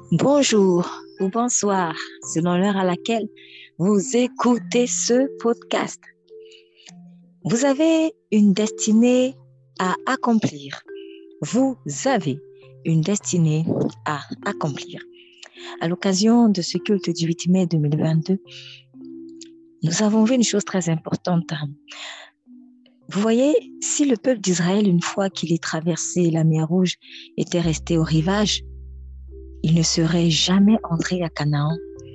Bonjour ou bonsoir, selon l'heure à laquelle vous écoutez ce podcast. Vous avez une destinée à accomplir. Vous avez une destinée à accomplir. À l'occasion de ce culte du 8 mai 2022, nous avons vu une chose très importante. Vous voyez, si le peuple d'Israël, une fois qu'il ait traversé la mer Rouge, était resté au rivage, il ne serait jamais entré à Canaan.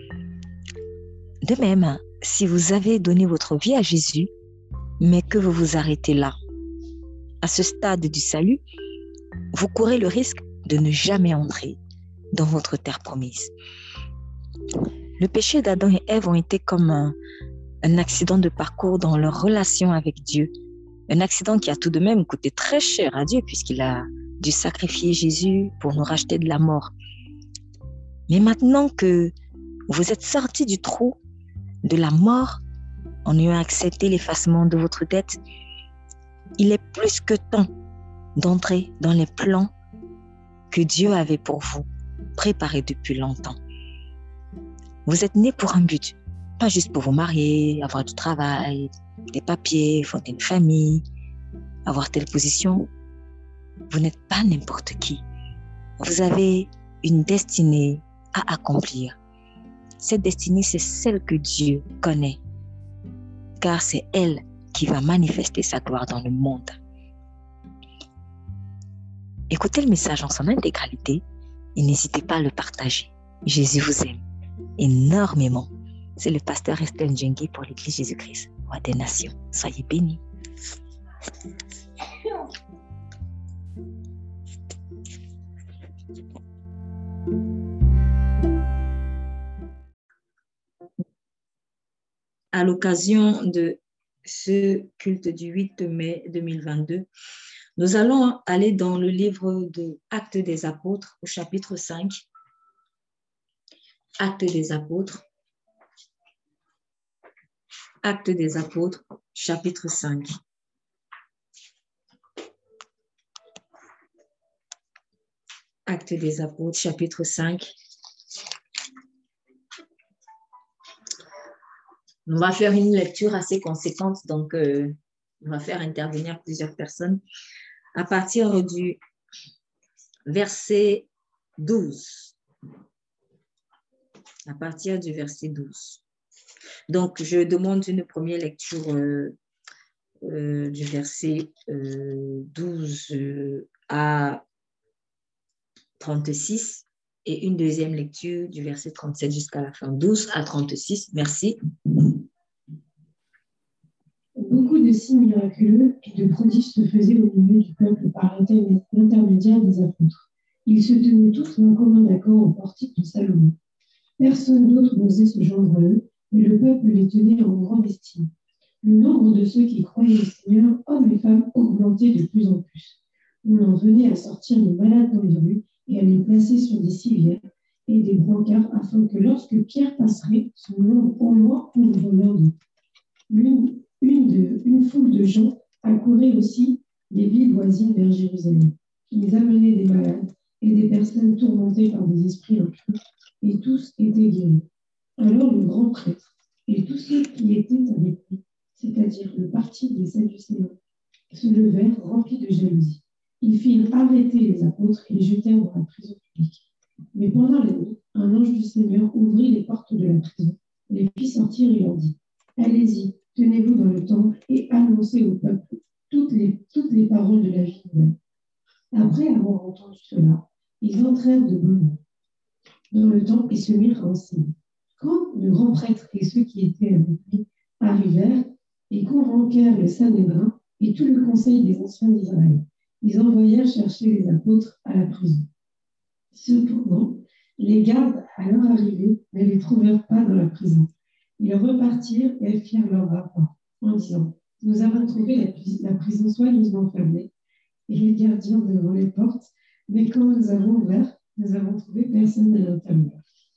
De même, si vous avez donné votre vie à Jésus, mais que vous vous arrêtez là, à ce stade du salut, vous courez le risque de ne jamais entrer dans votre terre promise. Le péché d'Adam et Ève ont été comme un accident de parcours dans leur relation avec Dieu. Un accident qui a tout de même coûté très cher à Dieu puisqu'il a dû sacrifier Jésus pour nous racheter de la mort. Mais maintenant que vous êtes sortis du trou de la mort, en ayant accepté l'effacement de votre dette, il est plus que temps d'entrer dans les plans que Dieu avait pour vous, préparés depuis longtemps. Vous êtes nés pour un but, pas juste pour vous marier, avoir du travail, des papiers, fonder une famille, avoir telle position. Vous n'êtes pas n'importe qui. Vous avez une destinée à accomplir. Cette destinée, c'est celle que Dieu connaît, car c'est elle qui va manifester sa gloire dans le monde. Écoutez le message en son intégralité et n'hésitez pas à le partager. Jésus vous aime énormément. C'est le pasteur Estelle Njenge pour l'Église Jésus-Christ, Roi des Nations. Soyez bénis. À l'occasion de ce culte du 8 mai 2022, nous allons aller dans le livre de Actes des Apôtres au chapitre 5. Actes des Apôtres. Actes des Apôtres, chapitre 5. Actes des Apôtres, chapitre 5. On va faire une lecture assez conséquente, donc on va faire intervenir plusieurs personnes. À partir du verset 12. À partir du verset 12. Donc, je demande une première lecture du verset 12 à 36 et une deuxième lecture du verset 37 jusqu'à la fin. 12 à 36. Merci. Beaucoup de signes miraculeux et de prodiges se faisaient au milieu du peuple par l'intermédiaire des apôtres. Ils se tenaient tous d'un commun accord au portique de Salomon. Personne d'autre n'osait se joindre à eux, mais le peuple les tenait en grande estime. Le nombre de ceux qui croyaient au Seigneur, hommes et femmes, augmentait de plus en plus. On en venait à sortir les malades dans les rues et à les placer sur des civières et des brancards afin que lorsque Pierre passerait, son nom au moins couvre leur dos. Une foule de gens accourait aussi des villes voisines vers Jérusalem. Ils amenaient des malades et des personnes tourmentées par des esprits impurs, et tous étaient guéris. Alors le grand prêtre et tous ceux qui étaient avec lui, c'est-à-dire le parti des Sadducéens, se levèrent remplis de jalousie. Ils firent arrêter les apôtres et les jetèrent dans la prison publique. Mais pendant la nuit, un ange du Seigneur ouvrit les portes de la prison, les fit sortir et leur dit : Allez-y, tenez-vous dans le temple et annoncez au peuple toutes les paroles de la vie nouvelle. Après avoir entendu cela, ils entrèrent de bonne heure dans le temple et se mirent à enseigner. Quand le grand prêtre et ceux qui étaient avec lui arrivèrent et convoquèrent le Sanhédrin et tout le conseil des anciens d'Israël, ils envoyèrent chercher les apôtres à la prison. Cependant, les gardes à leur arrivée ne les trouvèrent pas dans la prison. Ils repartirent et firent leur rapport en disant : Nous avons trouvé la prison soigneusement fermée et les gardiens devant les portes, mais quand nous avons ouvert, nous avons trouvé personne à l'intérieur.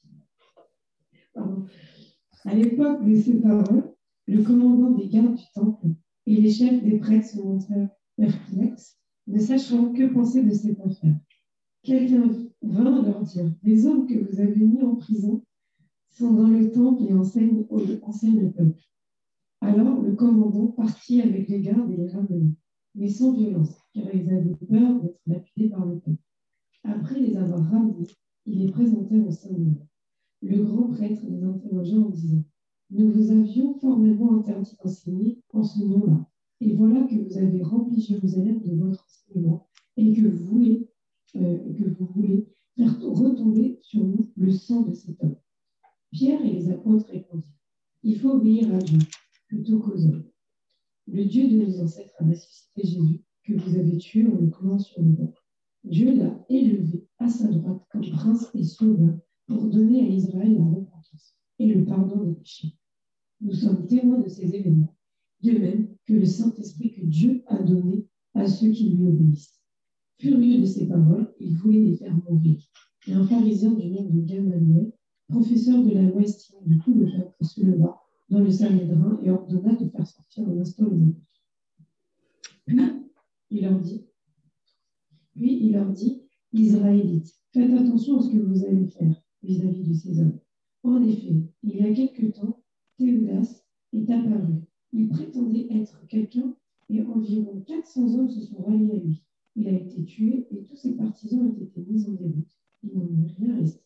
À l'époque de ces paroles, le commandant des gardes du temple et les chefs des prêtres se montrèrent perplexes, ne sachant que penser de cette affaire. Quelqu'un vint leur dire, les hommes que vous avez mis en prison sont dans le temple et enseignent le peuple. Alors le commandant partit avec les gardes et les ramena, mais sans violence, car ils avaient peur d'être lapidés par le peuple. Après les avoir ramenés, ils les présentèrent au Seigneur. Le grand prêtre les interrogea en disant, nous vous avions formellement interdit d'enseigner en ce nom-là, et voilà que vous avez rempli Jérusalem de votre enseignement, et que vous voulez faire retomber sur nous le sang de cet homme. Pierre et les apôtres répondirent, il faut obéir à Dieu plutôt qu'aux hommes. Le Dieu de nos ancêtres a ressuscité Jésus, que vous avez tué en le clouant sur le bois. Dieu l'a élevé à sa droite comme prince et sauveur pour donner à Israël la repentance et le pardon des péchés. Nous sommes témoins de ces événements, de même que le Saint-Esprit que Dieu a donné à ceux qui lui obéissent. Furieux de ces paroles, il voulait les faire mourir. Et un pharisien du nom de Gamaliel, professeur de la loi estimé de tout le peuple, se leva dans le Sanhédrin et ordonna de faire sortir en instant les apôtres. Puis il leur dit, Israélites, faites attention à ce que vous allez faire vis-à-vis de ces hommes. En effet, il y a quelque temps, Théodas est apparu. Il prétendait être quelqu'un et environ 400 hommes se sont ralliés à lui. Il a été tué et tous ses partisans ont été mis en déroute. Il n'en est rien resté.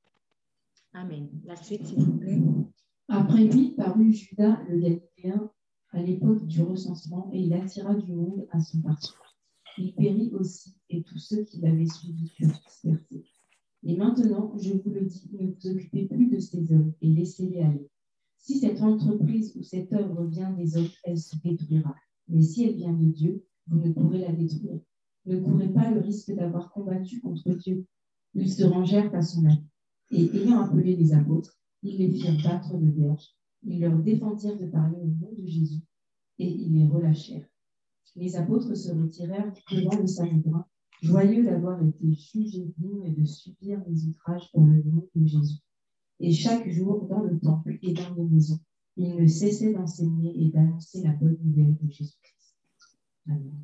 Amen. La suite, s'il vous plaît. Après lui parut Judas le Galiléen à l'époque du recensement et il attira du monde à son parti. Il périt aussi et tous ceux qui l'avaient suivi furent dispersés. Et maintenant, je vous le dis, ne vous occupez plus de ces hommes et laissez-les aller. Si cette entreprise ou cette œuvre vient des hommes, elle se détruira. Mais si elle vient de Dieu, vous ne pourrez la détruire. Ne courez pas le risque d'avoir combattu contre Dieu. Ils se rangèrent à son avis. Et ayant appelé les apôtres, ils les firent battre de verge. Ils leur défendirent de parler au nom de Jésus et ils les relâchèrent. Les apôtres se retirèrent devant le Sanhédrin, joyeux d'avoir été jugés dignes de subir les outrages pour le nom de Jésus. Et chaque jour, dans le temple et dans les maisons, ils ne cessaient d'enseigner et d'annoncer la bonne nouvelle de Jésus-Christ. Amen.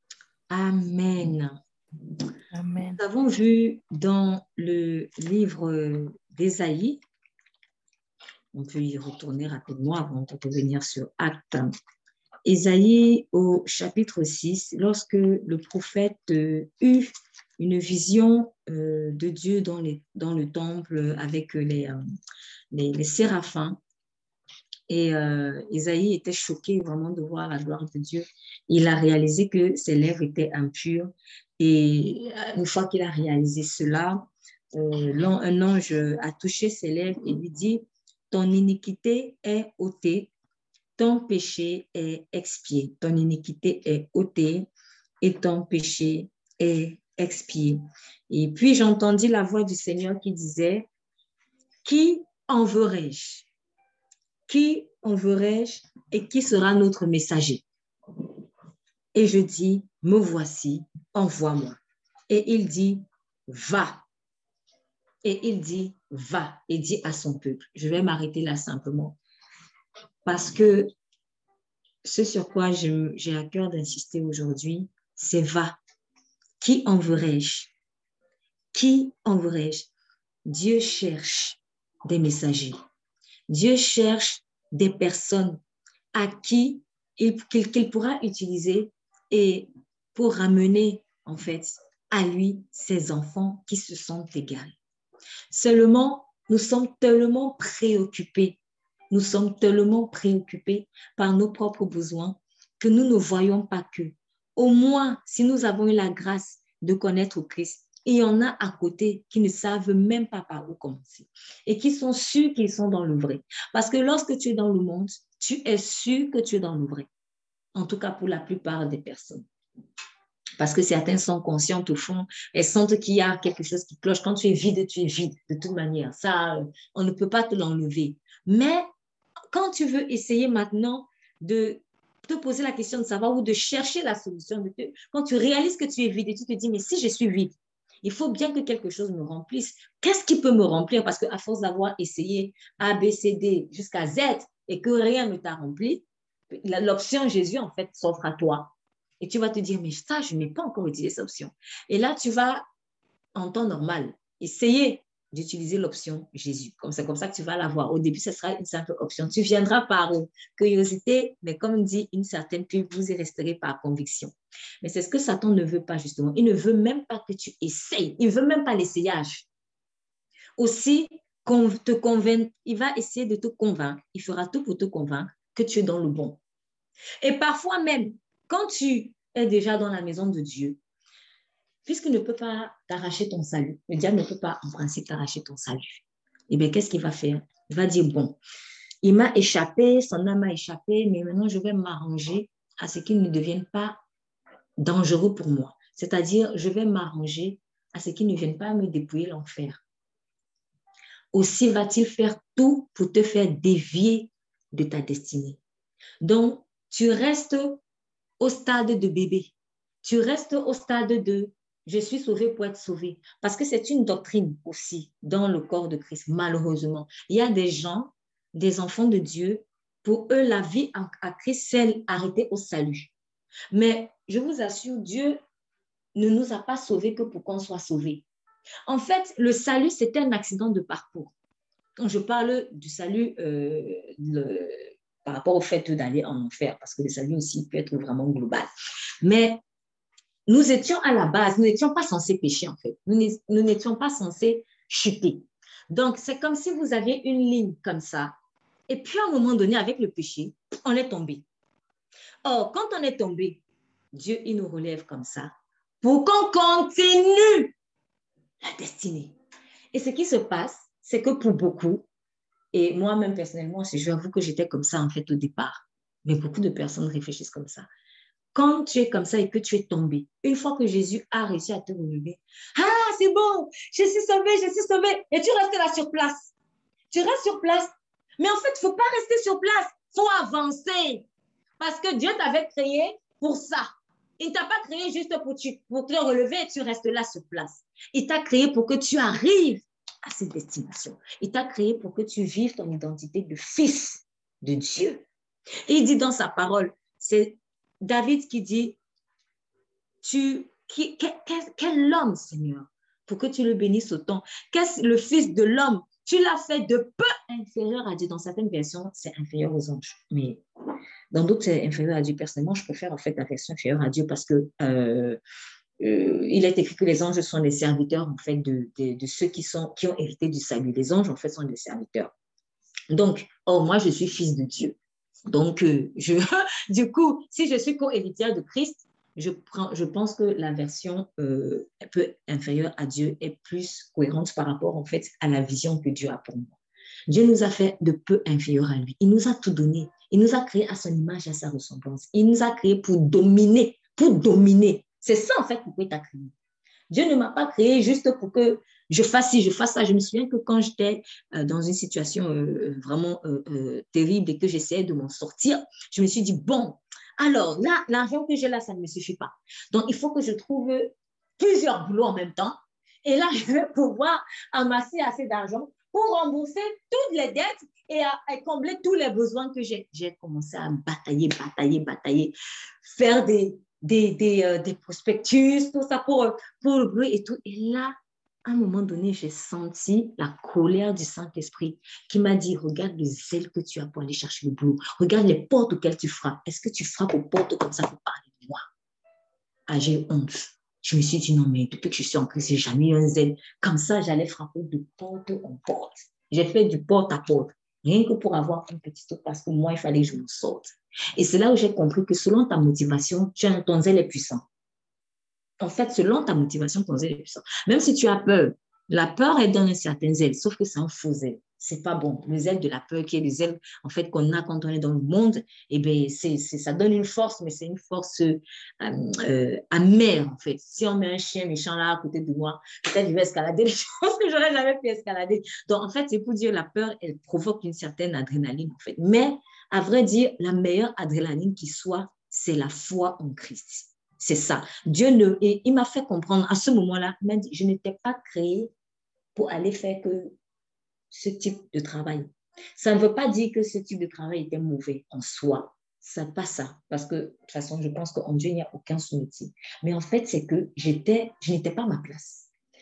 Amen. Amen. Nous avons vu dans le livre d'Ésaïe, on peut y retourner rapidement avant de revenir sur Actes. Ésaïe au chapitre 6, lorsque le prophète eut une vision de Dieu dans le temple avec les séraphins. Et Ésaïe était choqué vraiment de voir la gloire de Dieu. Il a réalisé que ses lèvres étaient impures. Et une fois qu'il a réalisé cela, un ange a touché ses lèvres et lui dit, ton iniquité est ôtée, ton péché est expié. Ton iniquité est ôtée et ton péché est expié. Et puis j'entendis la voix du Seigneur qui disait, qui enverrai-je? Qui enverrai-je et qui sera notre messager? Et je dis, me voici, envoie-moi. Et il dit, va. Et il dit, va. Et dit à son peuple. Je vais m'arrêter là simplement. Parce que ce sur quoi j'ai à cœur d'insister aujourd'hui, c'est va. Qui enverrai-je? Qui enverrai-je? Dieu cherche des messagers. Dieu cherche des personnes à qui qu'il pourra utiliser et pour ramener en fait à lui ses enfants qui se sentent égaux. Seulement, nous sommes tellement préoccupés par nos propres besoins que nous ne voyons pas que, au moins, si nous avons eu la grâce de connaître Christ, il y en a à côté qui ne savent même pas par où commencer et qui sont sûrs qu'ils sont dans le vrai. Parce que lorsque tu es dans le monde, tu es sûr que tu es dans le vrai. En tout cas, pour la plupart des personnes. Parce que certains sont conscients au fond, elles sentent qu'il y a quelque chose qui cloche. Quand tu es vide de toute manière. Ça, on ne peut pas te l'enlever. Mais quand tu veux essayer maintenant de te poser la question de savoir ou de chercher la solution, quand tu réalises que tu es vide et tu te dis, mais si je suis vide, il faut bien que quelque chose me remplisse. Qu'est-ce qui peut me remplir? Parce qu'à force d'avoir essayé A, B, C, D jusqu'à Z et que rien ne t'a rempli, l'option Jésus, en fait, s'offre à toi. Et tu vas te dire, mais ça, je n'ai pas encore utilisé cette option. Et là, tu vas en temps normal, essayez d'utiliser l'option Jésus. C'est comme ça que tu vas l'avoir. Au début, ce sera une simple option. Tu viendras par curiosité, mais comme dit une certaine pub, vous y resterez par conviction. Mais c'est ce que Satan ne veut pas, justement. Il ne veut même pas que tu essayes. Il ne veut même pas l'essayage. Aussi, te convaincre, il va essayer de te convaincre. Il fera tout pour te convaincre que tu es dans le bon. Et parfois même, quand tu es déjà dans la maison de Dieu, puisqu'il ne peut pas t'arracher ton salut, le diable ne peut pas en principe t'arracher ton salut, eh bien, qu'est-ce qu'il va faire? Il va dire, bon, il m'a échappé, son âme m'a échappé, mais maintenant je vais m'arranger à ce qu'il ne devienne pas dangereux pour moi. C'est-à-dire, je vais m'arranger à ce qu'il ne vienne pas me dépouiller l'enfer. Aussi va-t-il faire tout pour te faire dévier de ta destinée. Donc, tu restes au stade de bébé. Tu restes au stade de je suis sauvé pour être sauvé. Parce que c'est une doctrine aussi dans le corps de Christ, malheureusement. Il y a des gens, des enfants de Dieu, pour eux, la vie à Christ, c'est arrêtée au salut. Mais je vous assure, Dieu ne nous a pas sauvés que pour qu'on soit sauvés. En fait, le salut, c'est un accident de parcours. Quand je parle du salut par rapport au fait d'aller en enfer, parce que le salut aussi peut être vraiment global. Mais nous étions à la base, nous n'étions pas censés pécher en fait. Nous n'étions pas censés chuter. Donc, c'est comme si vous aviez une ligne comme ça. Et puis, à un moment donné, avec le péché, on est tombé. Or, quand on est tombé, Dieu, il nous relève comme ça pour qu'on continue la destinée. Et ce qui se passe, c'est que pour beaucoup, et moi-même personnellement, je avoue que j'étais comme ça en fait au départ, mais beaucoup de personnes réfléchissent comme ça. Quand tu es comme ça et que tu es tombé, une fois que Jésus a réussi à te relever, ah, c'est bon, je suis sauvé, et tu restes là sur place. Tu restes sur place. Mais en fait, il ne faut pas rester sur place, il faut avancer. Parce que Dieu t'avait créé pour ça. Il ne t'a pas créé juste pour te relever et tu restes là sur place. Il t'a créé pour que tu arrives à cette destination. Il t'a créé pour que tu vives ton identité de fils de Dieu. Et il dit dans sa parole, c'est David qui dit, quel homme, Seigneur, pour que tu le bénisses autant. Qu'est-ce le fils de l'homme? Tu l'as fait de peu inférieur à Dieu. Dans certaines versions, c'est inférieur aux anges. Mais dans d'autres, c'est inférieur à Dieu. Personnellement, je préfère en fait la version inférieure à Dieu parce que il est écrit que les anges sont des serviteurs en fait de ceux qui ont hérité du salut. Les anges en fait sont des serviteurs. Donc, moi, je suis fils de Dieu. Donc, du coup, si je suis co-héritière de Christ, je pense que la version un peu inférieure à Dieu est plus cohérente par rapport en fait à la vision que Dieu a pour moi. Dieu nous a fait de peu inférieurs à lui. Il nous a tout donné. Il nous a créé à son image et à sa ressemblance. Il nous a créé pour dominer, C'est ça en fait pourquoi il t'a créé. Dieu ne m'a pas créé juste pour que je fasse ci, je fasse ça. Je me souviens que quand j'étais dans une situation vraiment terrible et que j'essayais de m'en sortir, je me suis dit, bon, alors là, l'argent que j'ai là, ça ne me suffit pas. Donc, il faut que je trouve plusieurs boulots en même temps. Et là, je vais pouvoir amasser assez d'argent pour rembourser toutes les dettes et à combler tous les besoins que j'ai. J'ai commencé à batailler, faire des prospectus, tout ça pour le bruit et tout. Et là, à un moment donné, j'ai senti la colère du Saint-Esprit qui m'a dit, regarde le zèle que tu as pour aller chercher le boulot. Regarde les portes auxquelles tu frappes. Est-ce que tu frappes aux portes comme ça pour parler de moi? Ah, j'ai honte. Je me suis dit, non, mais depuis que je suis en Christ, j'ai jamais eu un zèle. Comme ça, j'allais frapper de porte en porte. J'ai fait du porte à porte. Rien que pour avoir un petit truc parce que moi, il fallait que je me sorte. Et c'est là où j'ai compris que selon ta motivation, ton zèle est puissant. En fait, selon ta motivation, ton zèle est puissant. Même si tu as peur, la peur, elle donne un certain zèle, sauf que c'est un faux zèle. C'est pas bon. Le zèle de la peur, qui est le zèle en fait, qu'on a quand on est dans le monde, eh bien, ça donne une force, mais c'est une force amère, en fait. Si on met un chien méchant là à côté de moi, peut-être je vais escalader les choses que j'aurais jamais pu escalader. Donc, en fait, c'est pour dire la peur, elle provoque une certaine adrénaline, en fait. Mais, à vrai dire, la meilleure adrénaline qui soit, c'est la foi en Christ. C'est ça. Et il m'a fait comprendre à ce moment-là, il m'a dit, je n'étais pas créée pour aller faire que ce type de travail. Ça ne veut pas dire que ce type de travail était mauvais en soi. Ça n'est pas ça. Parce que, de toute façon, je pense qu'en Dieu, il n'y a aucun sous-métier. Mais en fait, c'est que je n'étais pas à ma place.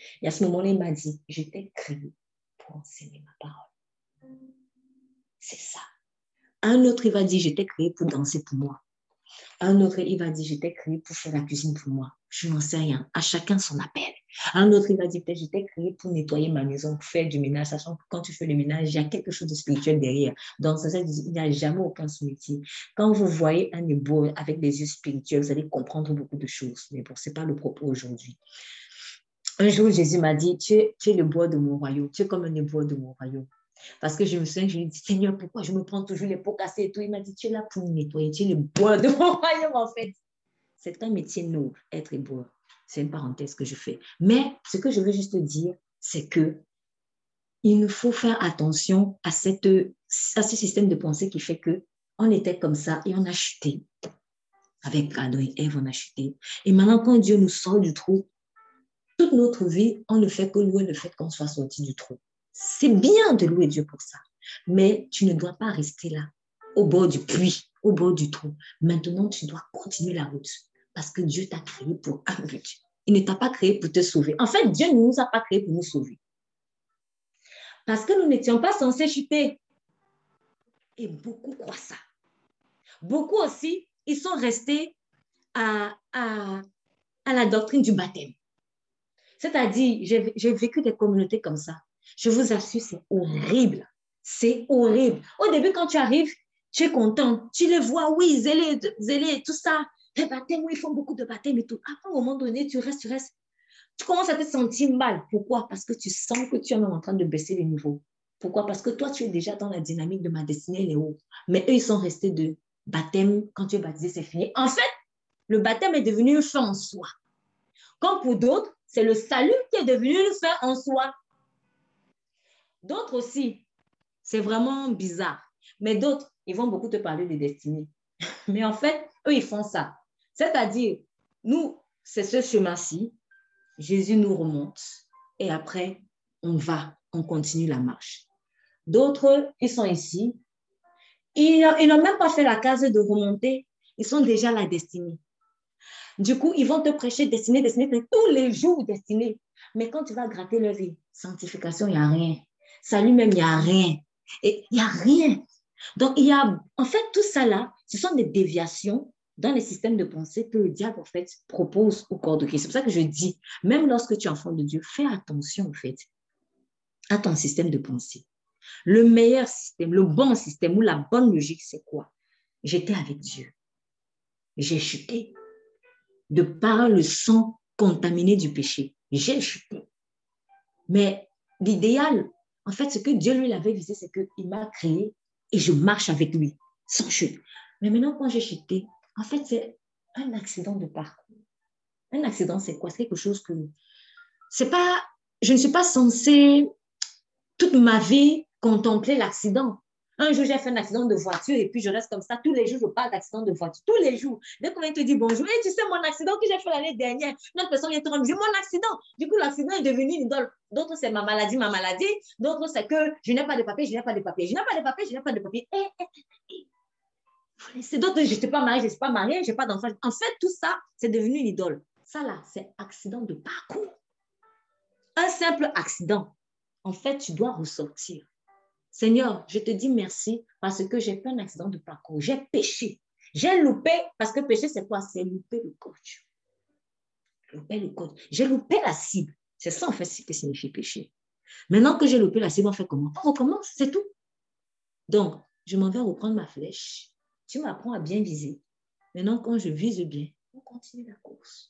Et à ce moment-là, il m'a dit, je t'ai créé pour enseigner ma parole. C'est ça. Un autre, il va dire, je t'ai créé pour danser pour moi. Un autre, il va dire, je t'ai créé pour faire la cuisine pour moi. Je n'en sais rien. À chacun son appel. Un autre, il va dire, peut-être, je t'ai créé pour nettoyer ma maison, pour faire du ménage, sachant que quand tu fais le ménage, il y a quelque chose de spirituel derrière. Donc, ça veut dire qu'il n'y a jamais aucun sous-métier. Quand vous voyez un hébreu avec des yeux spirituels, vous allez comprendre beaucoup de choses. Mais bon, ce n'est pas le propos aujourd'hui. Un jour, Jésus m'a dit, tu es le bois de mon royaume. Tu es comme un hébreu de mon royaume. Parce que je me souviens, je lui ai dit, Seigneur, pourquoi je me prends toujours les pots cassés et tout? Il m'a dit, tu es là pour me nettoyer, tu es le bois de mon royaume, en fait. C'est un métier noble, être hébreu. C'est une parenthèse que je fais. Mais ce que je veux juste dire, c'est que il nous faut faire attention à ce système de pensée qui fait que on était comme ça et on a chuté. Avec Adam et Ève, on a chuté. Et maintenant, quand Dieu nous sort du trou, toute notre vie, on ne fait que louer le fait qu'on soit sorti du trou. C'est bien de louer Dieu pour ça. Mais tu ne dois pas rester là, au bord du puits, au bord du trou. Maintenant, tu dois continuer la route. Parce que Dieu t'a créé pour un but. Il ne t'a pas créé pour te sauver. En fait, Dieu ne nous a pas créé pour nous sauver. Parce que nous n'étions pas censés chuter. Et beaucoup croient ça. Beaucoup aussi, ils sont restés à la doctrine du baptême. C'est-à-dire, j'ai vécu des communautés comme ça. Je vous assure, c'est horrible. C'est horrible. Au début, quand tu arrives, tu es content. Tu les vois, oui, zélés, tout ça. Les baptêmes, oui, ils font beaucoup de baptêmes et tout. Après, à un moment donné, tu restes. Tu commences à te sentir mal. Pourquoi? Parce que tu sens que tu es même en train de baisser les niveaux. Pourquoi? Parce que toi, tu es déjà dans la dynamique de ma destinée, elle est haut. Mais eux, ils sont restés de baptême. Quand tu es baptisé, c'est fini. En fait, le baptême est devenu une fin en soi. Comme pour d'autres, c'est le salut qui est devenu une fin en soi. D'autres aussi, c'est vraiment bizarre. Mais d'autres, ils vont beaucoup te parler de destinée. Mais en fait, eux, ils font ça. C'est-à-dire, nous, c'est ce chemin-ci. Jésus nous remonte et après, on continue la marche. D'autres, ils sont ici. Ils n'ont même pas fait la case de remonter. Ils sont déjà à la destinée. Du coup, ils vont te prêcher destinée, tous les jours destinée. Mais quand tu vas gratter leur vie, sanctification, il n'y a rien. Salut même, il n'y a rien. Et il n'y a rien. Donc, en fait, tout ça là, ce sont des déviations dans les systèmes de pensée que le diable, en fait, propose au corps de Christ. C'est pour ça que je dis, même lorsque tu es enfant de Dieu, fais attention, en fait, à ton système de pensée. Le meilleur système, le bon système ou la bonne logique, c'est quoi? J'étais avec Dieu. J'ai chuté. De par le sang contaminé du péché. J'ai chuté. Mais l'idéal, en fait, ce que Dieu lui avait visé, c'est qu'il m'a créé et je marche avec lui, sans chute. Mais maintenant, quand j'ai chuté, en fait, c'est un accident de parcours. Un accident, c'est quoi? C'est quelque chose que... C'est pas... Je ne suis pas censée, toute ma vie, contempler l'accident. Un jour, j'ai fait un accident de voiture et puis je reste comme ça. Tous les jours, je parle d'accident de voiture. Tous les jours. Dès qu'on vient te dire bonjour, et tu sais, mon accident que j'ai fait l'année dernière, une autre personne vient te rendre, mon accident. Du coup, l'accident est devenu une idole. D'autres, c'est ma maladie. D'autres, c'est que je n'ai pas de papier, je n'ai pas de papier. Je n'ai pas de papier, je n'ai pas de papier. C'est d'autres, je ne suis pas mariée, je ne suis pas mariée, je n'ai pas d'enfant. En fait, tout ça, c'est devenu une idole. Ça, là, c'est accident de parcours. Un simple accident. En fait, tu dois ressortir. Seigneur, je te dis merci parce que j'ai fait un accident de parcours. J'ai péché. J'ai loupé, parce que péché, c'est quoi? C'est louper le coach. Louper le coach. J'ai loupé la cible. C'est ça, en fait, ce que signifie péché. Maintenant que j'ai loupé la cible, on fait comment? On recommence, c'est tout. Donc, je m'en vais reprendre ma flèche. Tu m'apprends à bien viser. Maintenant, quand je vise bien, on continue la course.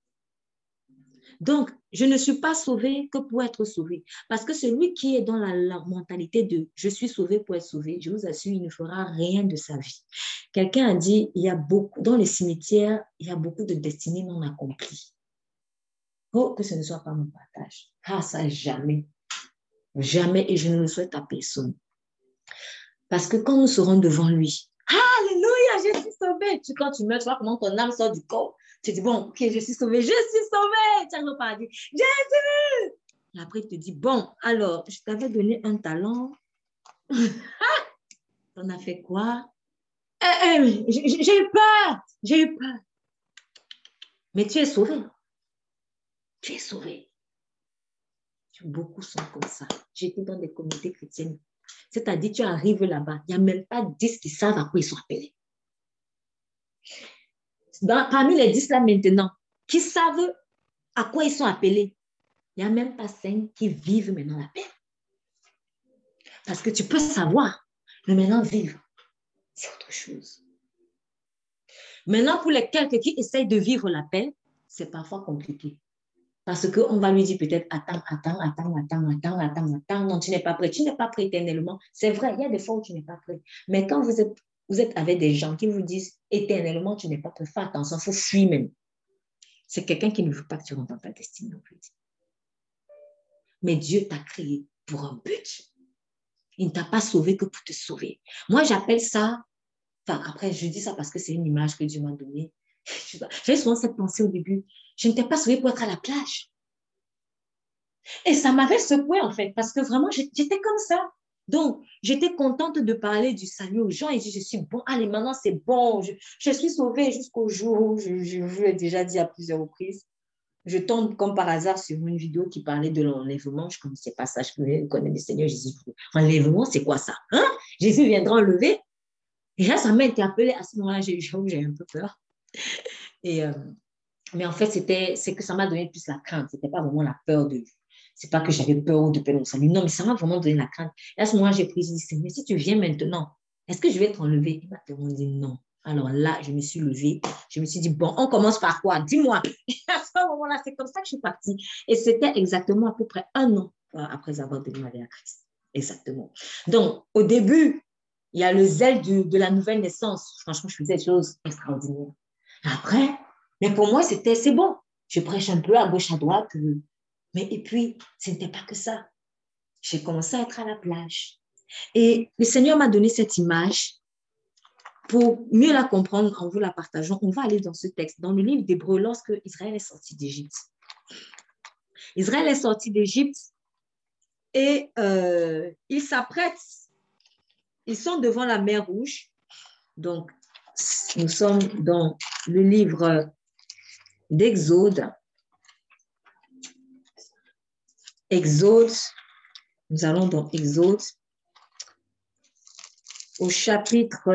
Donc, je ne suis pas sauvé que pour être sauvé. Parce que celui qui est dans la mentalité de « je suis sauvé pour être sauvé », je vous assure, il ne fera rien de sa vie. Quelqu'un a dit, dans les cimetières, il y a beaucoup de destinées non accomplies. Oh, que ce ne soit pas mon partage. Ah, ça, jamais. Jamais, et je ne le souhaite à personne. Parce que quand nous serons devant lui, alléluia, je suis sauvé. Quand tu meurs, tu vois comment ton âme sort du corps. Tu dis, bon, ok, je suis sauvé. Tu arrives au paradis. Jésus! Et après, il te dit, bon, alors, je t'avais donné un talent. T'en as fait quoi? J'ai eu peur. Mais tu es sauvé. Tu es sauvé. Beaucoup sont comme ça. J'étais dans des communautés chrétiennes. C'est-à-dire, tu arrives là-bas, il n'y a même pas 10 qui savent à quoi ils sont appelés. Parmi les 10 là maintenant, qui savent à quoi ils sont appelés, il n'y a même pas 5 qui vivent maintenant la paix. Parce que tu peux savoir, mais maintenant vivre, c'est autre chose. Maintenant, pour les quelques qui essayent de vivre la paix, c'est parfois compliqué. Parce qu'on va lui dire peut-être, attends, non, tu n'es pas prêt éternellement. C'est vrai, il y a des fois où tu n'es pas prêt. Mais quand vous êtes avec des gens qui vous disent éternellement, tu n'es pas prêt, fais attention, il faut fuir même. C'est quelqu'un qui ne veut pas que tu rentres dans ta destinée en fait. Mais Dieu t'a créé pour un but. Il ne t'a pas sauvé que pour te sauver. Moi, j'appelle ça, enfin, après, je dis ça parce que c'est une image que Dieu m'a donnée. J'ai souvent cette pensée au début, je ne t'ai pas sauvé pour être à la plage. Et ça m'avait secouée en fait, parce que vraiment, j'étais comme ça. Donc, j'étais contente de parler du salut aux gens et je suis bon, allez, maintenant c'est bon, je suis sauvée jusqu'au jour où, je vous l'ai déjà dit à plusieurs reprises, je tombe comme par hasard sur une vidéo qui parlait de l'enlèvement. Je ne connaissais pas ça, je connais le Seigneur Jésus. Enlèvement, c'est quoi ça? Hein? Jésus viendra enlever? Et là, ça m'a interpellée. À ce moment-là, j'ai un peu peur. Mais en fait, c'est que ça m'a donné plus la crainte. Ce n'était pas vraiment la peur de... C'est pas que j'avais peur de perdre mon salut. Non, mais ça m'a vraiment donné la crainte. Et à ce moment-là, j'ai pris, j'ai dit, Seigneur, si tu viens maintenant, est-ce que je vais être enlevée? Il m'a demandé non. Alors là, je me suis levée. Je me suis dit, bon, on commence par quoi? Dis-moi. Et à ce moment-là, c'est comme ça que je suis partie. Et c'était exactement à peu près 1 an après avoir donné ma vie à Christ. Exactement. Donc, au début, il y a le zèle de la nouvelle naissance. Franchement, je faisais des choses extraordinaires. Après, mais pour moi, c'est bon. Je prêche un peu à gauche, à droite. Mais et puis, ce n'était pas que ça. J'ai commencé à être à la plage. Et le Seigneur m'a donné cette image. Pour mieux la comprendre, en vous la partageant, on va aller dans ce texte, dans le livre d'Hébreux, lorsque Israël est sorti d'Égypte. Israël est sorti d'Égypte et ils s'apprêtent. Ils sont devant la mer Rouge. Donc, nous sommes dans le livre d'Exode. Exode, nous allons dans Exode, au chapitre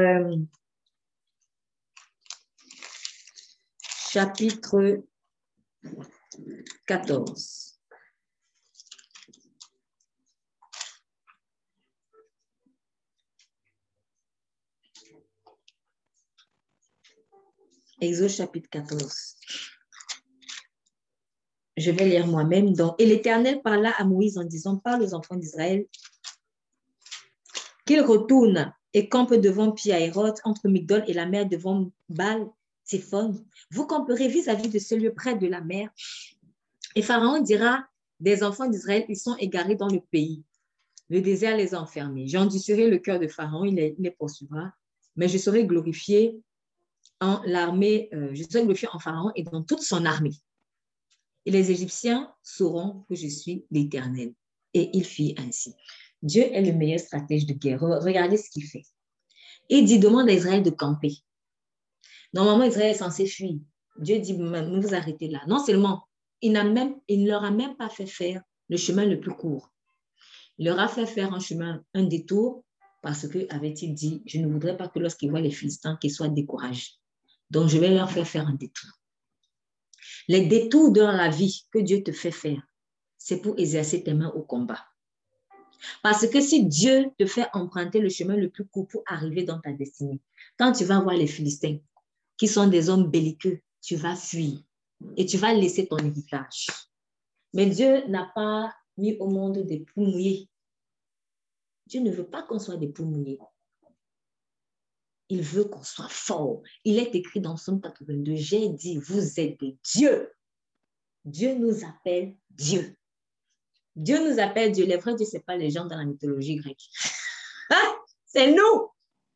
14. Exode chapitre 14. Je vais lire moi-même. Et l'Éternel parla à Moïse en disant, parle aux enfants d'Israël qu'ils retournent et campent devant Pi-Hahiroth, entre Migdol et la mer, devant Baal-Tséphon. Vous camperez vis-à-vis de ce lieu près de la mer. Et Pharaon dira des enfants d'Israël, ils sont égarés dans le pays. Le désert les a enfermés. J'endurcirai le cœur de Pharaon, il les poursuivra, mais je serai glorifié en l'armée, je serai glorifié en Pharaon et dans toute son armée. Et les Égyptiens sauront que je suis l'Éternel. Et il fit ainsi. Dieu est le meilleur stratège de guerre. Regardez ce qu'il fait. Il dit, demande à Israël de camper. Normalement, Israël est censé fuir. Dieu dit, ne vous arrêtez là. Non seulement, il ne leur a même pas fait faire le chemin le plus court. Il leur a fait faire un détour, parce que, avait-il dit, je ne voudrais pas que lorsqu'ils voient les Philistins, qu'ils soient découragés. Donc, je vais leur faire un détour. Les détours dans la vie que Dieu te fait faire, c'est pour exercer tes mains au combat. Parce que si Dieu te fait emprunter le chemin le plus court pour arriver dans ta destinée, quand tu vas voir les Philistins, qui sont des hommes belliqueux, tu vas fuir et tu vas laisser ton héritage. Mais Dieu n'a pas mis au monde des poules mouillées. Dieu ne veut pas qu'on soit des poules mouillées. Il veut qu'on soit fort. Il est écrit dans Psaume 82, j'ai dit, vous êtes des dieux. Dieu nous appelle Dieu. Dieu nous appelle Dieu. Les vrais dieux, ce n'est pas les gens dans la mythologie grecque. C'est nous.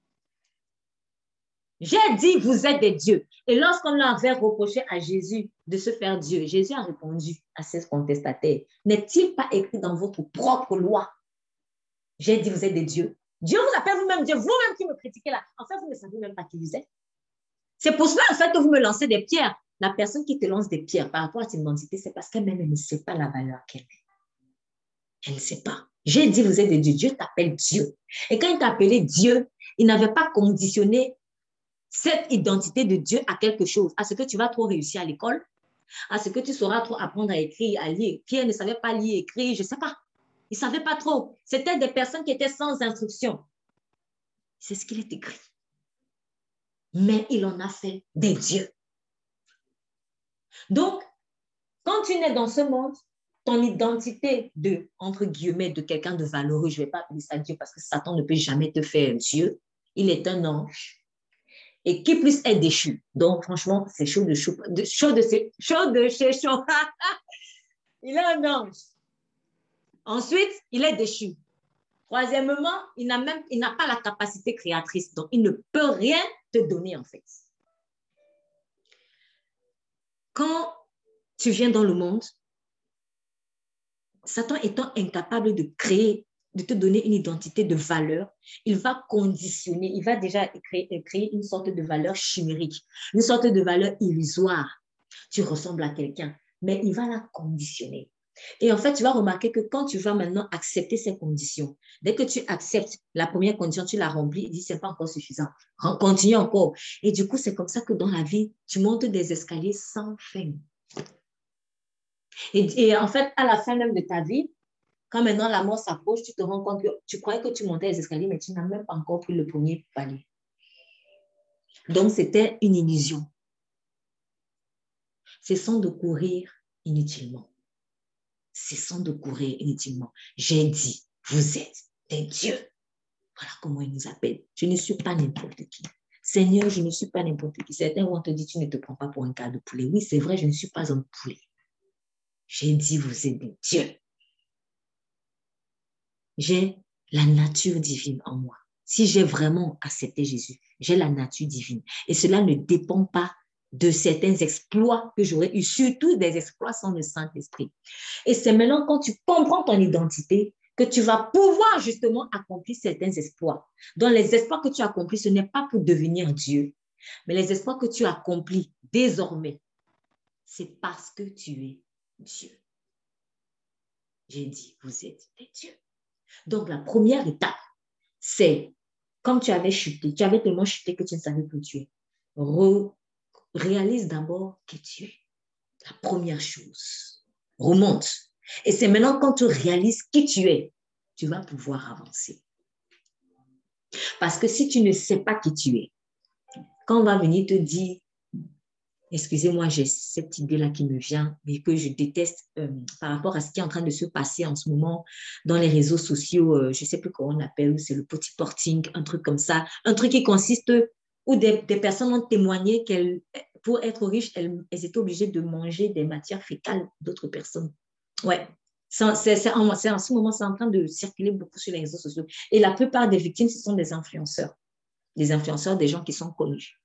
J'ai dit, vous êtes des dieux. Et lorsqu'on leur avait reproché à Jésus de se faire Dieu, Jésus a répondu à ses contestataires, n'est-il pas écrit dans votre propre loi? J'ai dit, vous êtes des dieux. Dieu vous appelle vous-même Dieu, vous-même qui me critiquez là. En fait, vous ne savez même pas qui vous êtes. C'est pour cela, en fait, que vous me lancez des pierres. La personne qui te lance des pierres par rapport à ton identité, c'est parce qu'elle-même ne sait pas la valeur qu'elle a. Elle ne sait pas. J'ai dit, vous êtes des dieux. Dieu t'appelle Dieu. Et quand il t'appelait Dieu, il n'avait pas conditionné cette identité de Dieu à quelque chose, à ce que tu vas trop réussir à l'école, à ce que tu sauras trop apprendre à écrire, à lire. Pierre ne savait pas lire, écrire, je ne sais pas. Il ne savait pas trop. C'était des personnes qui étaient sans instruction. C'est ce qu'il est écrit. Mais il en a fait des dieux. Donc, quand tu nais dans ce monde, ton identité de, entre guillemets, de quelqu'un de valeureux, je ne vais pas appeler ça Dieu parce que Satan ne peut jamais te faire Dieu. Il est un ange. Et qui plus est déchu. Donc, franchement, c'est chaud de chaud. Chaud de chez chaud. Il est un ange. Ensuite, il est déchu. Troisièmement, il n'a pas la capacité créatrice. Donc, il ne peut rien te donner, en fait. Quand tu viens dans le monde, Satan étant incapable de créer, de te donner une identité de valeur, il va conditionner, il va déjà créer une sorte de valeur chimérique, une sorte de valeur illusoire. Tu ressembles à quelqu'un, mais il va la conditionner. Et en fait, tu vas remarquer que quand tu vas maintenant accepter ces conditions, dès que tu acceptes la première condition, tu la remplis, il dit, c'est pas encore suffisant. Continue encore. Et du coup, c'est comme ça que dans la vie, tu montes des escaliers sans fin. Et en fait, à la fin même de ta vie, quand maintenant la mort s'approche, tu te rends compte que tu croyais que tu montais les escaliers, mais tu n'as même pas encore pris le premier palier. Donc, c'était une illusion. Cessons de courir inutilement. Cessons de courir inutilement. J'ai dit, vous êtes des dieux. Voilà comment il nous appelle. Je ne suis pas n'importe qui. Seigneur, je ne suis pas n'importe qui. Certains vont te dire, tu ne te prends pas pour un cas de poulet. Oui, c'est vrai, je ne suis pas un poulet. J'ai dit, vous êtes des dieux. J'ai la nature divine en moi. Si j'ai vraiment accepté Jésus, j'ai la nature divine. Et cela ne dépend pas de certains exploits que j'aurais eu, surtout des exploits sans le Saint-Esprit. Et c'est maintenant quand tu comprends ton identité que tu vas pouvoir justement accomplir certains exploits. Donc les exploits que tu accomplis, ce n'est pas pour devenir Dieu, mais les exploits que tu accomplis désormais, c'est parce que tu es Dieu. J'ai dit, vous êtes des dieux. Donc, la première étape, c'est, comme tu avais chuté, tu avais tellement chuté que tu ne savais plus tu es. Réalise d'abord qui tu es. La première chose. Remonte. Et c'est maintenant quand tu réalises qui tu es, tu vas pouvoir avancer. Parce que si tu ne sais pas qui tu es, quand on va venir te dire, excusez-moi, j'ai cette idée-là qui me vient, mais que je déteste par rapport à ce qui est en train de se passer en ce moment dans les réseaux sociaux, je ne sais plus comment on appelle, c'est le petit porting, un truc comme ça, un truc qui consiste où des personnes ont témoigné qu'elles, pour être riches, elles étaient obligées de manger des matières fécales d'autres personnes. Ouais. En ce moment, c'est en train de circuler beaucoup sur les réseaux sociaux. Et la plupart des victimes, ce sont des influenceurs. Des influenceurs, des gens qui sont connus.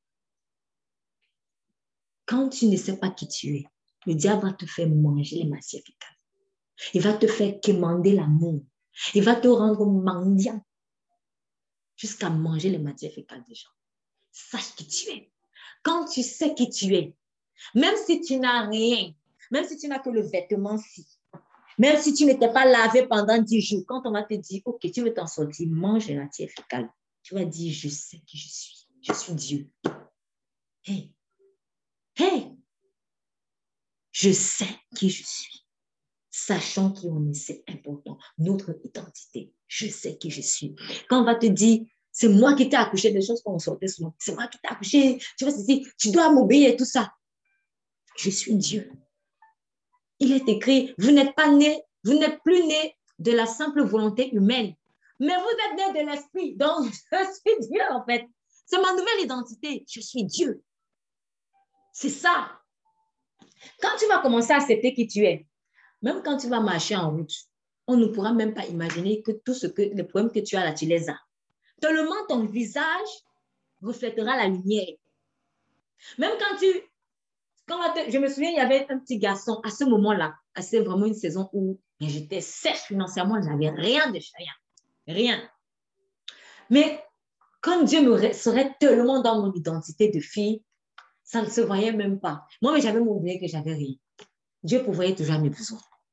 Quand tu ne sais pas qui tu es, le diable va te faire manger les matières fécales. Il va te faire quémander l'amour. Il va te rendre mendiant jusqu'à manger les matières fécales des gens. Sache qui tu es. Quand tu sais qui tu es, même si tu n'as rien, même si tu n'as que le vêtement-ci, même si tu ne t'es pas lavé pendant 10 jours, quand on va te dire, OK, tu veux t'en sortir, mange les matières fécales, tu vas dire, je sais qui je suis. Je suis Dieu. Hey! Je sais qui je suis. Sachant qui on est, c'est important. Notre identité, je sais qui je suis. Quand on va te dire, c'est moi qui t'ai accouché, des choses qu'on sortait souvent, c'est moi qui t'ai accouché, tu vas te dire, tu dois m'obéir, tout ça. Je suis Dieu. Il est écrit, vous n'êtes pas né, vous n'êtes plus né de la simple volonté humaine, mais vous êtes né de l'esprit. Donc, je suis Dieu, en fait. C'est ma nouvelle identité. Je suis Dieu. C'est ça. Quand tu vas commencer à accepter qui tu es, même quand tu vas marcher en route, on ne pourra même pas imaginer que les problèmes que tu as là, tu les as. Tellement ton visage reflètera la lumière. Même quand je me souviens, il y avait un petit garçon à ce moment-là, c'est vraiment une saison où j'étais sèche financièrement, je n'avais rien de rien. Rien. Mais comme Dieu me serait tellement dans mon identité de fille, ça ne se voyait même pas. Moi, j'avais oublié que j'avais rien. Dieu pourvoyait toujours mes besoins.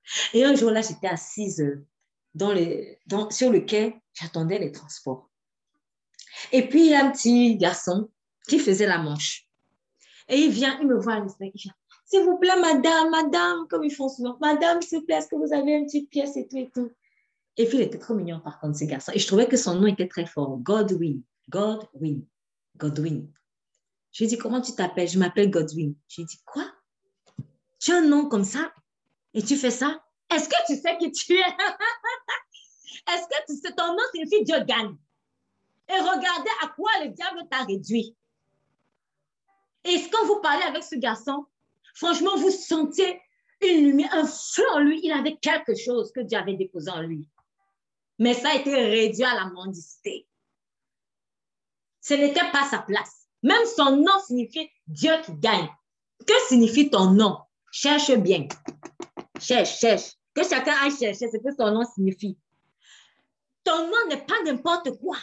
Et un jour là, j'étais assise sur le quai, j'attendais les transports. Et puis, il y a un petit garçon qui faisait la manche. Et il vient, il me voit à l'esprit, il vient, s'il vous plaît, madame, comme ils font souvent, madame, s'il vous plaît, est-ce que vous avez une petite pièce et tout et tout. Et puis, il était trop mignon, par contre, ce garçon. Et je trouvais que son nom était très fort. Godwin. Je lui ai dit, comment tu t'appelles? Je m'appelle Godwin. Je lui ai dit, quoi? Tu as un nom comme ça? Et tu fais ça? Est-ce que tu sais qui tu es? Est-ce que tu sais, ton nom signifie Dieu gagne? Et regardez à quoi le diable t'a réduit. Et quand vous parlez avec ce garçon, franchement, vous sentiez une lumière, un feu en lui. Il avait quelque chose que Dieu avait déposé en lui. Mais ça a été réduit à la mendicité. Ce n'était pas sa place. Même son nom signifiait Dieu qui gagne. Que signifie ton nom? Cherche bien. Cherche. Que chacun aille chercher ce que son nom signifie. Ton nom n'est pas n'importe quoi.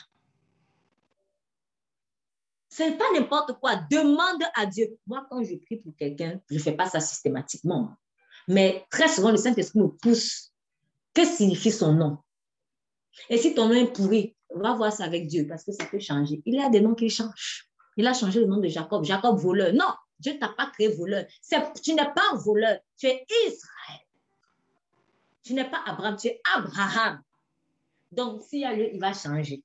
Ce n'est pas n'importe quoi. Demande à Dieu. Moi, quand je prie pour quelqu'un, je ne fais pas ça systématiquement. Mais très souvent, le Saint-Esprit me pousse. Que signifie son nom? Et si ton nom est pourri, on va voir ça avec Dieu parce que ça peut changer. Il y a des noms qui changent. Il a changé le nom de Jacob. Jacob voleur. Non, Dieu ne t'a pas créé voleur. Tu n'es pas un voleur. Tu es Israël. Tu n'es pas Abraham, tu es Abraham. Donc, s'il y a lieu, il va changer.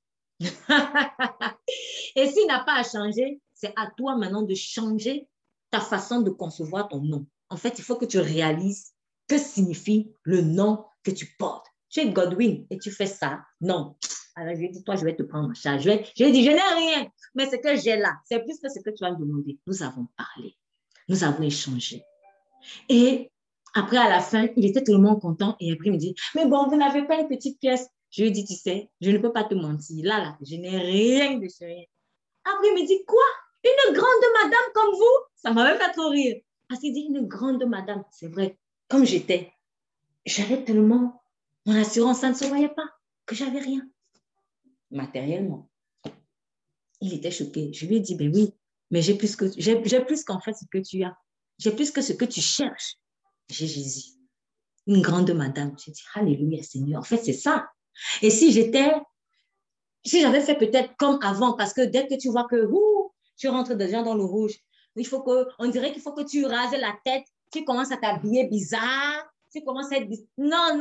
Et s'il n'a pas à changer, c'est à toi maintenant de changer ta façon de concevoir ton nom. En fait, il faut que tu réalises que signifie le nom que tu portes. Tu es Godwin et tu fais ça. Non. Alors, je lui ai dit, toi, je vais te prendre en charge. Je lui ai dit, je n'ai rien, mais ce que j'ai là, c'est plus que ce que tu vas me demander. Nous avons parlé. Nous avons échangé. Et après, à la fin, il était tellement content. Et après, il me dit, mais bon, vous n'avez pas une petite pièce. Je lui ai dit, tu sais, je ne peux pas te mentir. Là, je n'ai rien de ce rien. Après, il me dit, quoi? Une grande madame comme vous? Ça m'a même fait trop rire. Parce qu'il dit, une grande madame. C'est vrai, comme j'avais tellement, mon assurance, ça ne se voyait pas, que j'avais rien. Matériellement. Il était choqué. Je lui ai dit, ben oui, mais j'ai plus qu'en fait ce que tu as. J'ai plus que ce que tu cherches. J'ai Jésus. Une grande madame. J'ai dit, alléluia, Seigneur. En fait, c'est ça. Et si j'avais fait peut-être comme avant, parce que dès que tu vois que tu rentres déjà dans le rouge, on dirait qu'il faut que tu rases la tête, tu commences à t'habiller bizarre, tu commences à être... Non.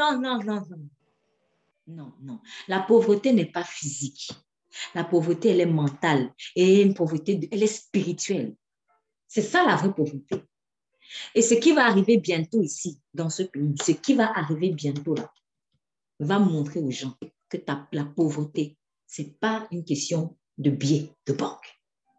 Non. La pauvreté n'est pas physique. La pauvreté, elle est mentale. Et une pauvreté, elle est spirituelle. C'est ça la vraie pauvreté. Et ce qui va arriver bientôt ici, dans ce pays, ce qui va arriver bientôt là, va montrer aux gens que la pauvreté, ce n'est pas une question de billets de banque.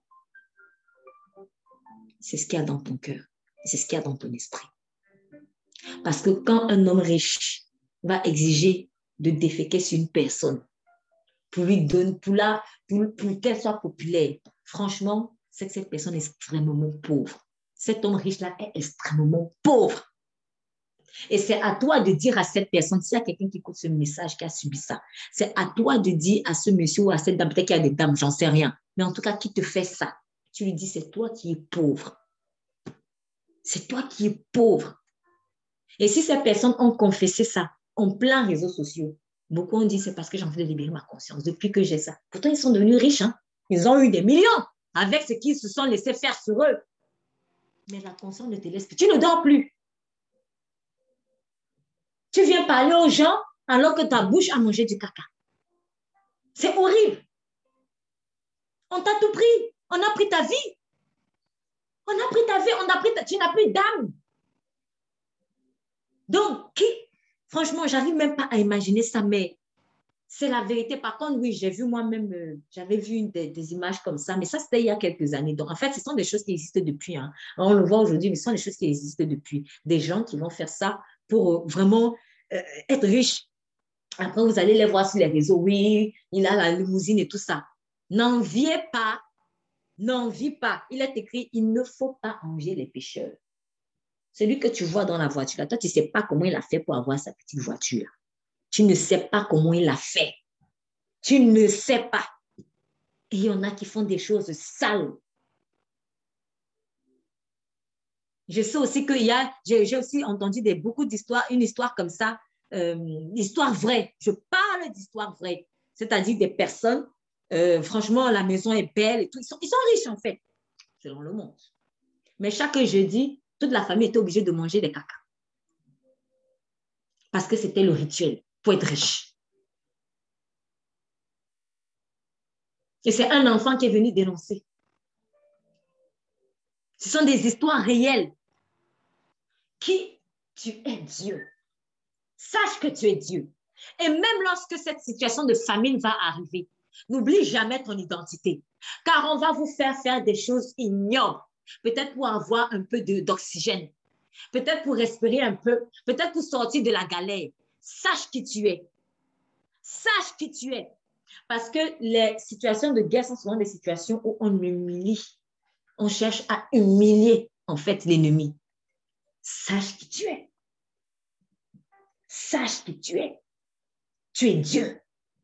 C'est ce qu'il y a dans ton cœur. C'est ce qu'il y a dans ton esprit. Parce que quand un homme riche va exiger de déféquer sur une personne pour lui donner, pour qu'elle soit populaire, franchement, c'est que cette personne est extrêmement pauvre. Cet homme riche-là est extrêmement pauvre. Et c'est à toi de dire à cette personne, s'il y a quelqu'un qui écoute ce message, qui a subi ça, c'est à toi de dire à ce monsieur ou à cette dame, peut-être qu'il y a des dames, j'en sais rien, mais en tout cas, qui te fait ça, tu lui dis, c'est toi qui es pauvre. C'est toi qui es pauvre. Et si ces personnes ont confessé ça en plein réseaux sociaux, beaucoup ont dit, c'est parce que j'ai envie de libérer ma conscience depuis que j'ai ça. Pourtant, ils sont devenus riches, hein? Ils ont eu des millions avec ce qu'ils se sont laissés faire sur eux. Mais la conscience ne te laisse plus. Tu ne dors plus. Tu viens parler aux gens alors que ta bouche a mangé du caca. C'est horrible. On t'a tout pris. On a pris ta vie. On a pris ta vie. Tu n'as plus d'âme. Donc, franchement, j'arrive même pas à imaginer ça, mais c'est la vérité. Par contre, oui, j'ai vu moi-même, j'avais vu des images comme ça, mais ça, c'était il y a quelques années. Donc, en fait, ce sont des choses qui existent depuis. Hein. On le voit aujourd'hui, mais ce sont des choses qui existent depuis. Des gens qui vont faire ça pour vraiment être riches. Après, vous allez les voir sur les réseaux. Oui, il a la limousine et tout ça. N'enviez pas. N'envie pas. Il est écrit, il ne faut pas envier les pécheurs. Celui que tu vois dans la voiture, toi, tu ne sais pas comment il a fait pour avoir sa petite voiture. Tu ne sais pas comment il a fait. Tu ne sais pas. Et il y en a qui font des choses sales. Je sais aussi qu'il y a, j'ai aussi entendu beaucoup d'histoires, une histoire comme ça, histoire vraie. Je parle d'histoire vraie. C'est-à-dire des personnes, franchement, la maison est belle et tout. Ils sont riches en fait, selon le monde. Mais chaque jeudi, toute la famille était obligée de manger des caca. Parce que c'était le rituel pour être riche. Et c'est un enfant qui est venu dénoncer. Ce sont des histoires réelles. Qui tu es Dieu. Sache que tu es Dieu. Et même lorsque cette situation de famine va arriver, n'oublie jamais ton identité. Car on va vous faire des choses ignobles. Peut-être pour avoir un peu d'oxygène. Peut-être pour respirer un peu. Peut-être pour sortir de la galère. Sache qui tu es. Sache qui tu es. Parce que les situations de guerre sont souvent des situations où on humilie. On cherche à humilier, en fait, l'ennemi. Sache qui tu es. Sache qui tu es. Tu es Dieu.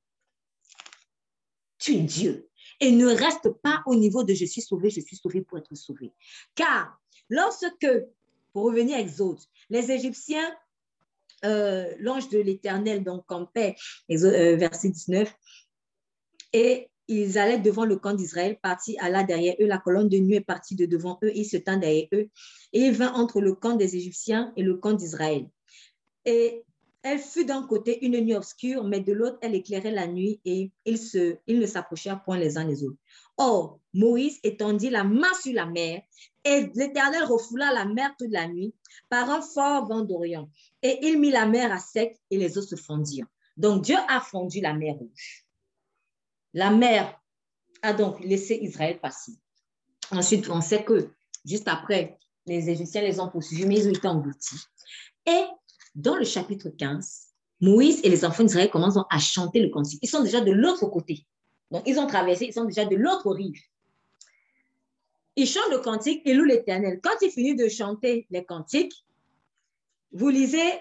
Tu es Dieu. Et ne reste pas au niveau de je suis sauvé pour être sauvé. Car lorsque, pour revenir à Exode, les Égyptiens, l'ange de l'Éternel donc campait, verset 19, et ils allaient devant le camp d'Israël, parti alla derrière eux, la colonne de nuit est partie de devant eux, il se tint derrière eux, et il vint entre le camp des Égyptiens et le camp d'Israël. Et elle fut d'un côté une nuit obscure, mais de l'autre, elle éclairait la nuit et ils ne s'approchèrent point les uns des autres. Or, Moïse étendit la main sur la mer et l'Éternel refoula la mer toute la nuit par un fort vent d'Orient. Et il mit la mer à sec et les eaux se fondirent. Donc, Dieu a fondu la mer Rouge. La mer a donc laissé Israël passer. Ensuite, on sait que juste après, les Égyptiens les ont poursuivis, mais ils ont été engloutis. Et dans le chapitre 15, Moïse et les enfants d'Israël commencent à chanter le cantique. Ils sont déjà de l'autre côté. Donc, ils ont traversé, ils sont déjà de l'autre rive. Ils chantent le cantique et louent l'Éternel. Quand ils finissent de chanter les cantiques, vous lisez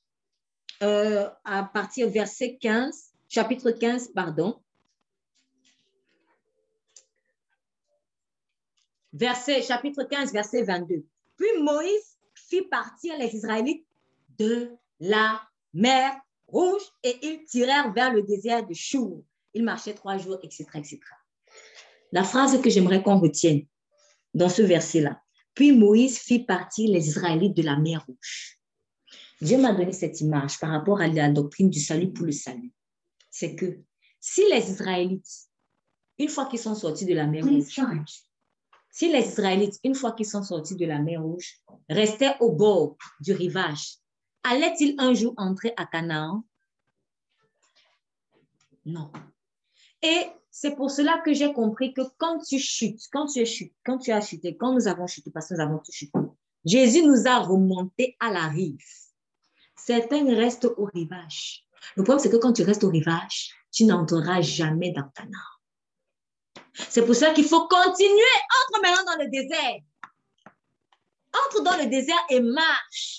à partir verset 15, chapitre 15, pardon. Chapitre 15, verset 22. Puis Moïse fit partir les Israélites de la mer Rouge et ils tirèrent vers le désert de Chour. Ils marchaient 3 jours, etc., etc. La phrase que j'aimerais qu'on retienne dans ce verset-là. Puis Moïse fit partir les Israélites de la mer Rouge. Dieu m'a donné cette image par rapport à la doctrine du salut pour le salut. C'est que si les Israélites, une fois qu'ils sont sortis de la mer Rouge, si les Israélites, une fois qu'ils sont sortis de la mer Rouge, restaient au bord du rivage, allaient-ils un jour entrer à Canaan? Non. Et c'est pour cela que j'ai compris que quand tu as chuté, quand nous avons chuté, parce que nous avons tous chuté, Jésus nous a remontés à la rive. Certains restent au rivage. Le problème, c'est que quand tu restes au rivage, tu n'entreras jamais dans Canaan. C'est pour ça qu'il faut continuer. Entre maintenant dans le désert. Entre dans le désert et marche.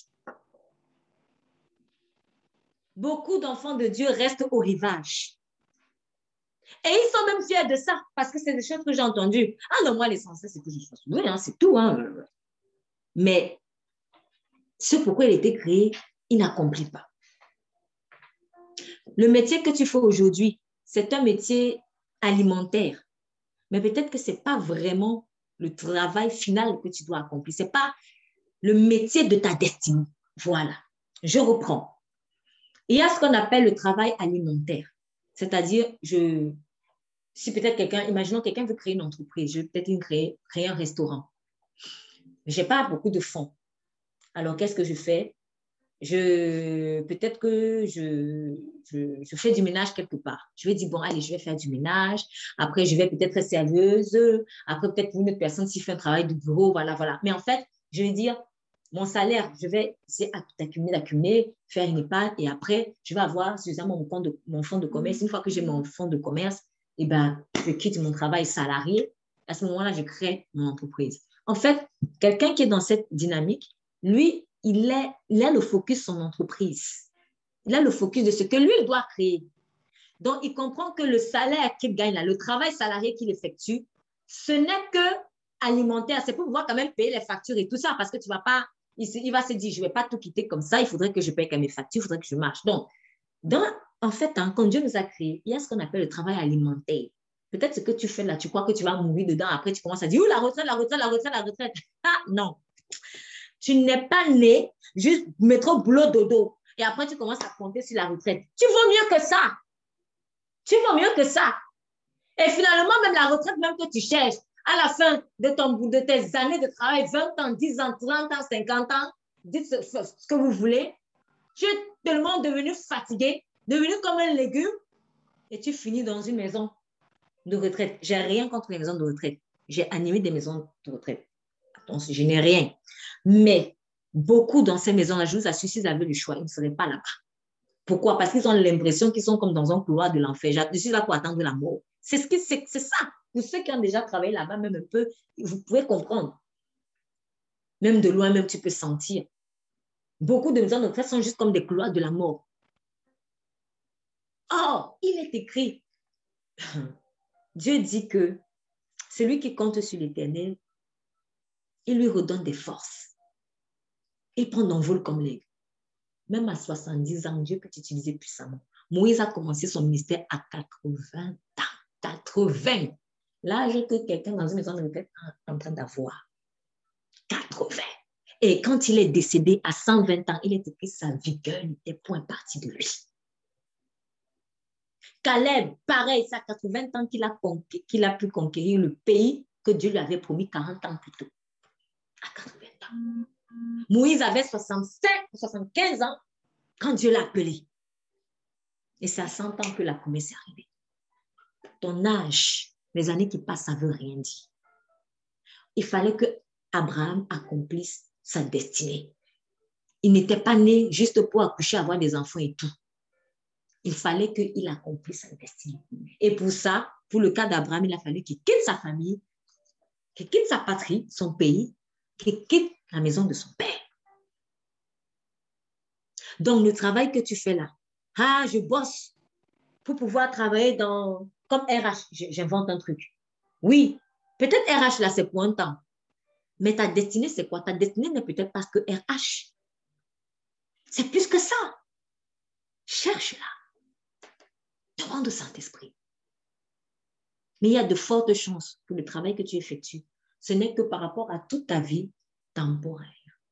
Beaucoup d'enfants de Dieu restent au rivage. Et ils sont même fiers de ça, parce que c'est des choses que j'ai entendues. Ah non, moi, l'essentiel, c'est que je sois sauvé, hein, c'est tout. Hein. Mais ce pourquoi il a été créé, il n'accomplit pas. Le métier que tu fais aujourd'hui, c'est un métier alimentaire. Mais peut-être que ce n'est pas vraiment le travail final que tu dois accomplir. Ce n'est pas le métier de ta destinée. Voilà, je reprends. Il y a ce qu'on appelle le travail alimentaire. C'est-à-dire, si peut-être imaginons quelqu'un veut créer une entreprise, je vais peut-être créer un restaurant. Je n'ai pas beaucoup de fonds. Alors, qu'est-ce que je fais? Peut-être que je fais du ménage quelque part. Je vais dire, bon, allez, je vais faire du ménage. Après, je vais peut-être être serveuse. Après, peut-être pour une autre personne, s'il fait un travail de bureau, voilà, voilà. Mais en fait, je vais dire, mon salaire, je vais essayer d'accumuler, faire une épargne et après, je vais avoir suffisamment mon fonds de commerce. Une fois que j'ai mon fonds de commerce, eh ben, je quitte mon travail salarié. À ce moment-là, je crée mon entreprise. En fait, quelqu'un qui est dans cette dynamique, lui, il a le focus sur son entreprise. Il a le focus de ce que lui, il doit créer. Donc, il comprend que le salaire qu'il gagne, là, le travail salarié qu'il effectue, ce n'est que alimentaire, c'est pour pouvoir quand même payer les factures et tout ça, parce que tu vas pas, il va se dire, je ne vais pas tout quitter comme ça, il faudrait que je paye quand même mes factures, il faudrait que je marche. Donc, en fait, hein, quand Dieu nous a créés, il y a ce qu'on appelle le travail alimentaire. Peut-être ce que tu fais là, tu crois que tu vas mourir dedans, après tu commences à dire, oh, la retraite, la retraite, la retraite, la retraite. Ah, non. Tu n'es pas né juste mettre au boulot dodo. Et après, tu commences à compter sur la retraite. Tu vaux mieux que ça. Tu vaux mieux que ça. Et finalement, même la retraite, même que tu cherches, à la fin de tes années de travail, 20 ans, 10 ans, 30 ans, 50 ans, dites ce que vous voulez, tu es tellement devenu fatigué, devenu comme un légume, et tu finis dans une maison de retraite. J'ai rien contre les maisons de retraite. J'ai animé des maisons de retraite. Attention, je n'ai rien. Mais beaucoup dans ces maisons-là, je vous assure, s'ils avaient le choix, ils ne seraient pas là-bas. Pourquoi? Parce qu'ils ont l'impression qu'ils sont comme dans un couloir de l'enfer. Je suis là pour attendre la mort. C'est ça. Pour ceux qui ont déjà travaillé là-bas, même un peu, vous pouvez comprendre. Même de loin, même tu peux sentir. Beaucoup de maisons de retraite sont juste comme des couloirs de la mort. Or, il est écrit, Dieu dit que celui qui compte sur l'Éternel, il lui redonne des forces. Il prend d'envol comme l'aigle. Même à 70 ans, Dieu peut t'utiliser puissamment. Moïse a commencé son ministère à 80 ans. 80. L'âge que quelqu'un dans une maison de retraite est en train d'avoir. 80. Et quand il est décédé à 120 ans, il est écrit sa vigueur n'était point partie de lui. Caleb, pareil, c'est à 80 ans qu'il a pu conquérir le pays que Dieu lui avait promis 40 ans plus tôt. À 80 ans. Moïse avait 65 ou 75 ans quand Dieu l'a appelé. Et c'est à 100 ans que la promesse est arrivée. Ton âge, les années qui passent, ça ne veut rien dire. Il fallait que Abraham accomplisse sa destinée. Il n'était pas né juste pour accoucher, avoir des enfants et tout. Il fallait qu'il accomplisse sa destinée. Et pour ça, pour le cas d'Abraham, il a fallu qu'il quitte sa famille, qu'il quitte sa patrie, son pays, qu'il quitte la maison de son père. Donc, le travail que tu fais là, je bosse pour pouvoir travailler comme RH. J'invente un truc. Oui, peut-être RH là, c'est pour un temps. Mais ta destinée, c'est quoi? Ta destinée n'est peut-être pas que RH. C'est plus que ça. Cherche-la. Demande au Saint-Esprit. Mais il y a de fortes chances que le travail que tu effectues, ce n'est que par rapport à toute ta vie temporaire.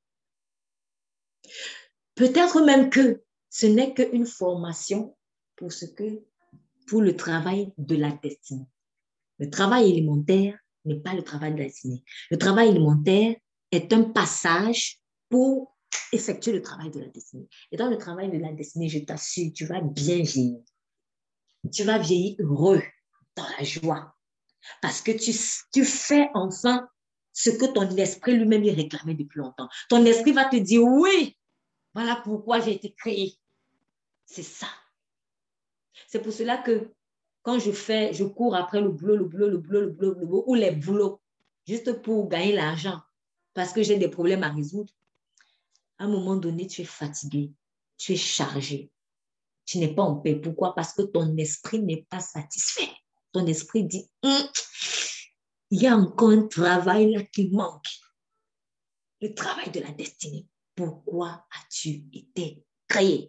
Peut-être même que ce n'est qu'une formation pour le travail de la destinée. Le travail élémentaire n'est pas le travail de la destinée. Le travail élémentaire est un passage pour effectuer le travail de la destinée. Et dans le travail de la destinée, je t'assure, tu vas bien vieillir. Tu vas vieillir heureux, dans la joie. Parce que tu fais enfin ce que ton esprit lui-même y réclamait depuis longtemps. Ton esprit va te dire, oui, voilà pourquoi j'ai été créé. C'est ça. C'est pour cela que quand je cours après le boulot, ou les boulots, juste pour gagner l'argent, parce que j'ai des problèmes à résoudre, à un moment donné, tu es fatigué, tu es chargé, tu n'es pas en paix. Pourquoi? Parce que ton esprit n'est pas satisfait. Ton esprit dit, il y a encore un travail là qui manque. Le travail de la destinée. Pourquoi as-tu été créé?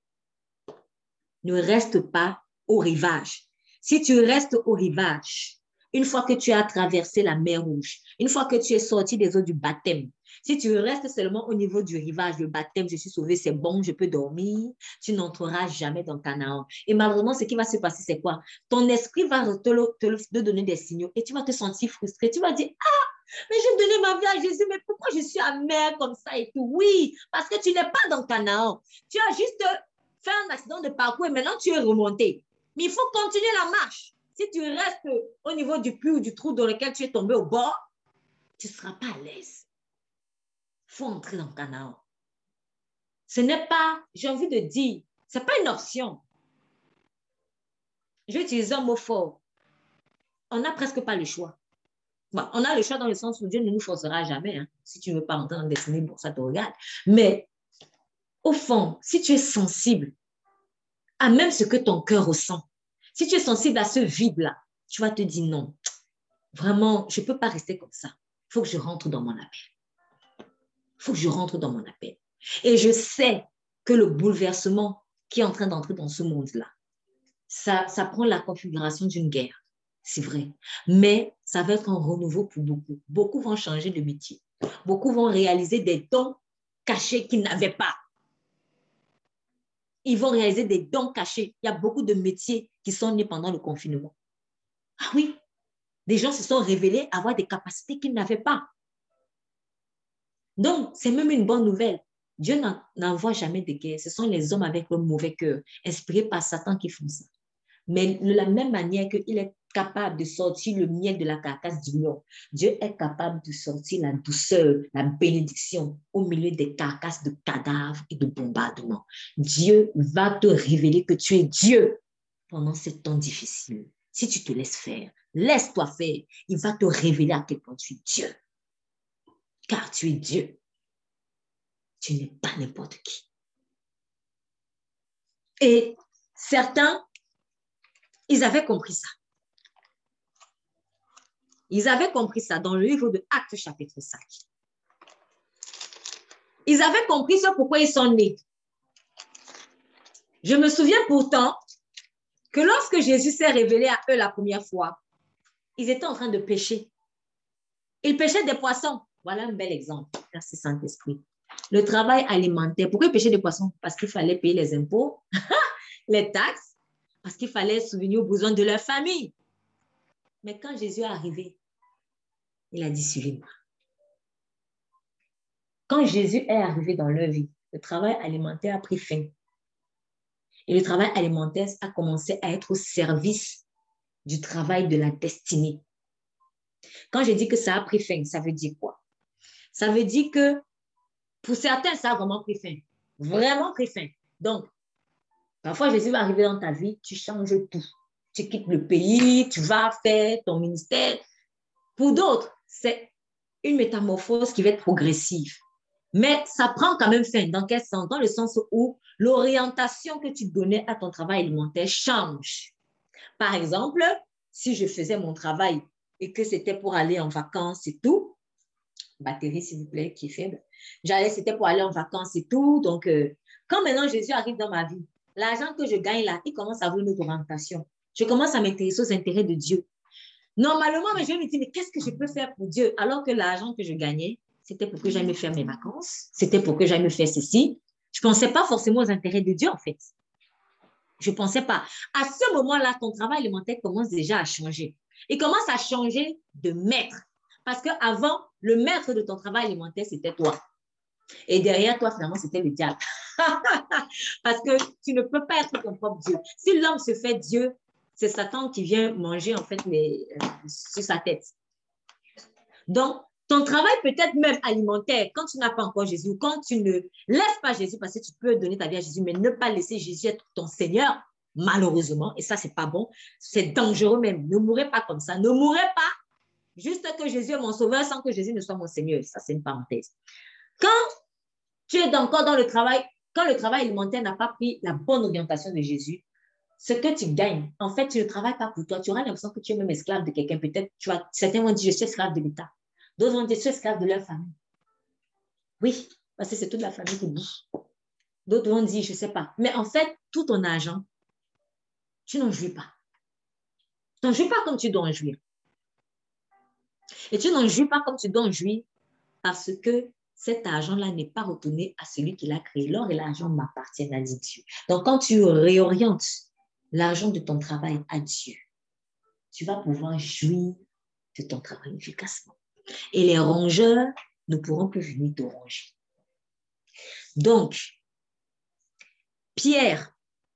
Ne reste pas au rivage. Si tu restes au rivage, une fois que tu as traversé la mer Rouge, une fois que tu es sorti des eaux du baptême, si tu restes seulement au niveau du rivage, le baptême, je suis sauvé, c'est bon, je peux dormir, tu n'entreras jamais dans Canaan. Et malheureusement, ce qui va se passer, c'est quoi? Ton esprit va te donner des signaux et tu vas te sentir frustré. Tu vas dire, mais j'ai donné ma vie à Jésus, mais pourquoi je suis amer comme ça et tout? Oui, parce que tu n'es pas dans Canaan. Tu as juste fait un accident de parcours et maintenant tu es remonté. Mais il faut continuer la marche. Si tu restes au niveau du puits ou du trou dans lequel tu es tombé au bord, tu ne seras pas à l'aise. Il faut entrer dans Canaan. Ce n'est pas, j'ai envie de dire, ce n'est pas une option. Je vais utiliser un mot fort. On n'a presque pas le choix. Bon, on a le choix dans le sens où Dieu ne nous forcera jamais. Hein. Si tu ne veux pas entrer dans le destinée, bon, ça te regarde. Mais au fond, si tu es sensible à même ce que ton cœur ressent, si tu es sensible à ce vide-là, tu vas te dire non, vraiment, je ne peux pas rester comme ça. Il faut que je rentre dans mon appel. Il faut que je rentre dans mon appel. Et je sais que le bouleversement qui est en train d'entrer dans ce monde-là, ça prend la configuration d'une guerre. C'est vrai. Mais ça va être un renouveau pour beaucoup. Beaucoup vont changer de métier. Beaucoup vont réaliser des dons cachés qu'ils n'avaient pas. Ils vont réaliser des dons cachés. Il y a beaucoup de métiers qui sont nés pendant le confinement. Ah oui, des gens se sont révélés avoir des capacités qu'ils n'avaient pas. Donc, c'est même une bonne nouvelle. Dieu n'envoie jamais de guerre. Ce sont les hommes avec le mauvais cœur, inspirés par Satan, qui font ça. Mais de la même manière qu'il est capable de sortir le miel de la carcasse du lion, Dieu est capable de sortir la douceur, la bénédiction au milieu des carcasses de cadavres et de bombardements. Dieu va te révéler que tu es Dieu pendant ces temps difficiles. Si tu te laisses faire, laisse-toi faire, il va te révéler à quel point tu es Dieu. Car tu es Dieu. Tu n'es pas n'importe qui. Et certains, ils avaient compris ça. Ils avaient compris ça dans le livre de Actes chapitre 5. Ils avaient compris ce pourquoi ils sont nés. Je me souviens pourtant que lorsque Jésus s'est révélé à eux la première fois, ils étaient en train de pêcher. Ils pêchaient des poissons. Voilà un bel exemple. Merci Saint-Esprit. Le travail alimentaire. Pourquoi ils pêchaient des poissons? Parce qu'il fallait payer les impôts, les taxes, parce qu'il fallait subvenir aux besoins de leur famille. Mais quand Jésus est arrivé, il a dit, suivez-moi. Quand Jésus est arrivé dans leur vie, le travail alimentaire a pris fin. Et le travail alimentaire a commencé à être au service du travail de la destinée. Quand je dis que ça a pris fin, ça veut dire quoi? Ça veut dire que pour certains, ça a vraiment pris fin. Vraiment pris fin. Donc, parfois, Jésus va arriver dans ta vie, tu changes tout. Tu quittes le pays, tu vas faire ton ministère. Pour d'autres, c'est une métamorphose qui va être progressive. Mais ça prend quand même fin. Dans quel sens? Dans le sens où l'orientation que tu donnais à ton travail alimentaire change. Par exemple, si je faisais mon travail et que c'était pour aller en vacances et tout, batterie s'il vous plaît, qui est faible, c'était pour aller en vacances et tout. Donc, quand maintenant Jésus arrive dans ma vie, l'argent que je gagne là, il commence à avoir une autre orientation. Je commence à m'intéresser aux intérêts de Dieu. Normalement, je me dis, mais qu'est-ce que je peux faire pour Dieu? Alors que l'argent que je gagnais, c'était pour que j'aille me faire mes vacances. C'était pour que j'aille me faire ceci. Je ne pensais pas forcément aux intérêts de Dieu, en fait. Je ne pensais pas. À ce moment-là, ton travail alimentaire commence déjà à changer. Il commence à changer de maître. Parce qu'avant, le maître de ton travail alimentaire, c'était toi. Et derrière toi, finalement, c'était le diable. Parce que tu ne peux pas être ton propre Dieu. Si l'homme se fait Dieu, c'est Satan qui vient manger, en fait, sur sa tête. Donc, ton travail peut-être même alimentaire, quand tu n'as pas encore Jésus, quand tu ne laisses pas Jésus, parce que tu peux donner ta vie à Jésus, mais ne pas laisser Jésus être ton Seigneur, malheureusement, et ça, c'est pas bon, c'est dangereux même. Ne mourrez pas comme ça. Ne mourrez pas juste que Jésus est mon sauveur sans que Jésus ne soit mon Seigneur. Ça, c'est une parenthèse. Quand tu es encore dans le travail, quand le travail alimentaire n'a pas pris la bonne orientation de Jésus, ce que tu gagnes, en fait, tu ne travailles pas pour toi. Tu auras l'impression que tu es même esclave de quelqu'un. Peut-être, certains vont dire, je suis esclave de l'État. D'autres vont dire, je suis esclave de leur famille. Oui, parce que c'est toute la famille qui bouge. D'autres vont dire, je ne sais pas. Mais en fait, tout ton argent, tu n'en jouis pas. Tu n'en jouis pas comme tu dois en jouir. Et tu n'en jouis pas comme tu dois en jouir parce que cet argent-là n'est pas retourné à celui qui l'a créé. L'or et l'argent m'appartiennent, à Dieu. Donc, quand tu réorientes l'argent de ton travail à Dieu, tu vas pouvoir jouir de ton travail efficacement. Et les rongeurs ne pourront plus venir te ronger. Donc, Pierre,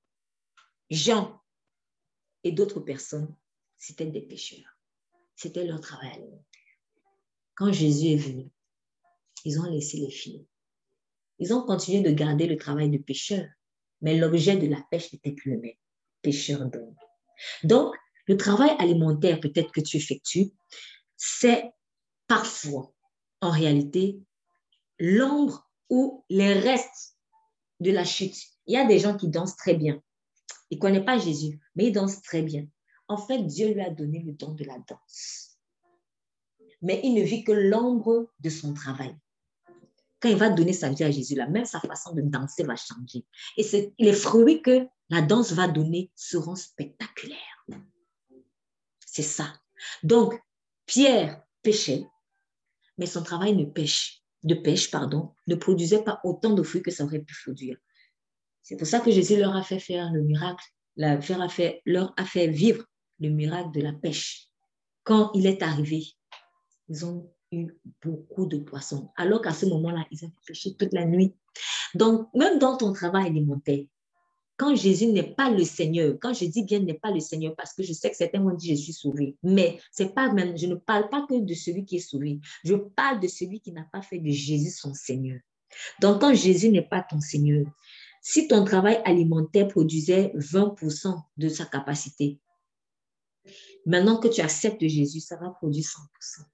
Jean et d'autres personnes, c'était des pécheurs. C'était leur travail alimentaire. Quand Jésus est venu, ils ont laissé les filets. Ils ont continué de garder le travail de pêcheur, mais l'objet de la pêche n'était plus le même. Pêcheur d'hommes. Donc, le travail alimentaire peut-être que tu effectues, c'est parfois, en réalité, l'ombre ou les restes de la chute. Il y a des gens qui dansent très bien. Ils ne connaissent pas Jésus, mais ils dansent très bien. En fait, Dieu lui a donné le don de la danse. mais il ne vit que l'ombre de son travail. Quand il va donner sa vie à Jésus, là, même sa façon de danser va changer. Et les fruits que la danse va donner seront spectaculaires. C'est ça. Donc, Pierre péchait, mais son travail ne produisait pas autant de fruits que ça aurait pu produire. C'est pour ça que Jésus leur a fait faire le miracle, leur a fait vivre le miracle de la pêche. Quand il est arrivé, ils ont eu beaucoup de poissons, alors qu'à ce moment-là, ils avaient pêché toute la nuit. Donc, même dans ton travail alimentaire, quand Jésus n'est pas le Seigneur, quand je dis bien n'est pas le Seigneur, parce que je sais que certains vont dire je suis sauvé, mais c'est pas même, je ne parle pas que de celui qui est sauvé, je parle de celui qui n'a pas fait de Jésus son Seigneur. Donc, quand Jésus n'est pas ton Seigneur, si ton travail alimentaire produisait 20% de sa capacité, maintenant que tu acceptes Jésus, ça va produire 100%.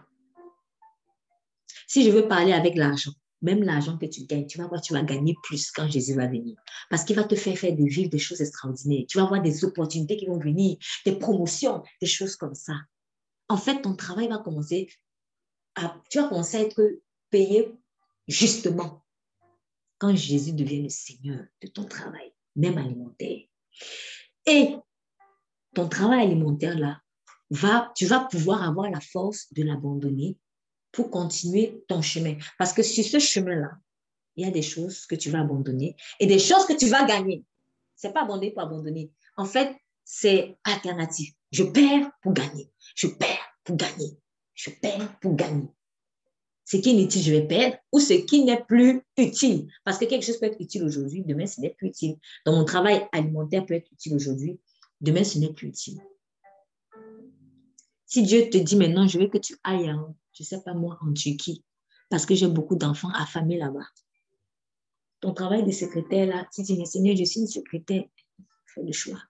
Si je veux parler avec l'argent, même l'argent que tu gagnes, tu vas voir, tu vas gagner plus quand Jésus va venir. Parce qu'il va te faire vivre des choses extraordinaires. Tu vas avoir des opportunités qui vont venir, des promotions, des choses comme ça. En fait, ton travail va commencer tu vas commencer à être payé justement quand Jésus devient le Seigneur de ton travail, même alimentaire. Et ton travail alimentaire, là, tu vas pouvoir avoir la force de l'abandonner pour continuer ton chemin. Parce que sur ce chemin-là, il y a des choses que tu vas abandonner et des choses que tu vas gagner. Ce n'est pas abandonner pour abandonner. En fait, c'est alternatif. Je perds pour gagner. Je perds pour gagner. Je perds pour gagner. Ce qui est inutile, je vais perdre, ou ce qui n'est plus utile. Parce que quelque chose peut être utile aujourd'hui, demain, ce n'est plus utile. Donc, mon travail alimentaire peut être utile aujourd'hui, demain, ce n'est plus utile. Si Dieu te dit maintenant, je veux que tu ailles, je ne sais pas moi, en Turquie, parce que j'ai beaucoup d'enfants affamés là-bas. Ton travail de secrétaire, là, si tu dis, Seigneur, je suis une secrétaire, fais le choix.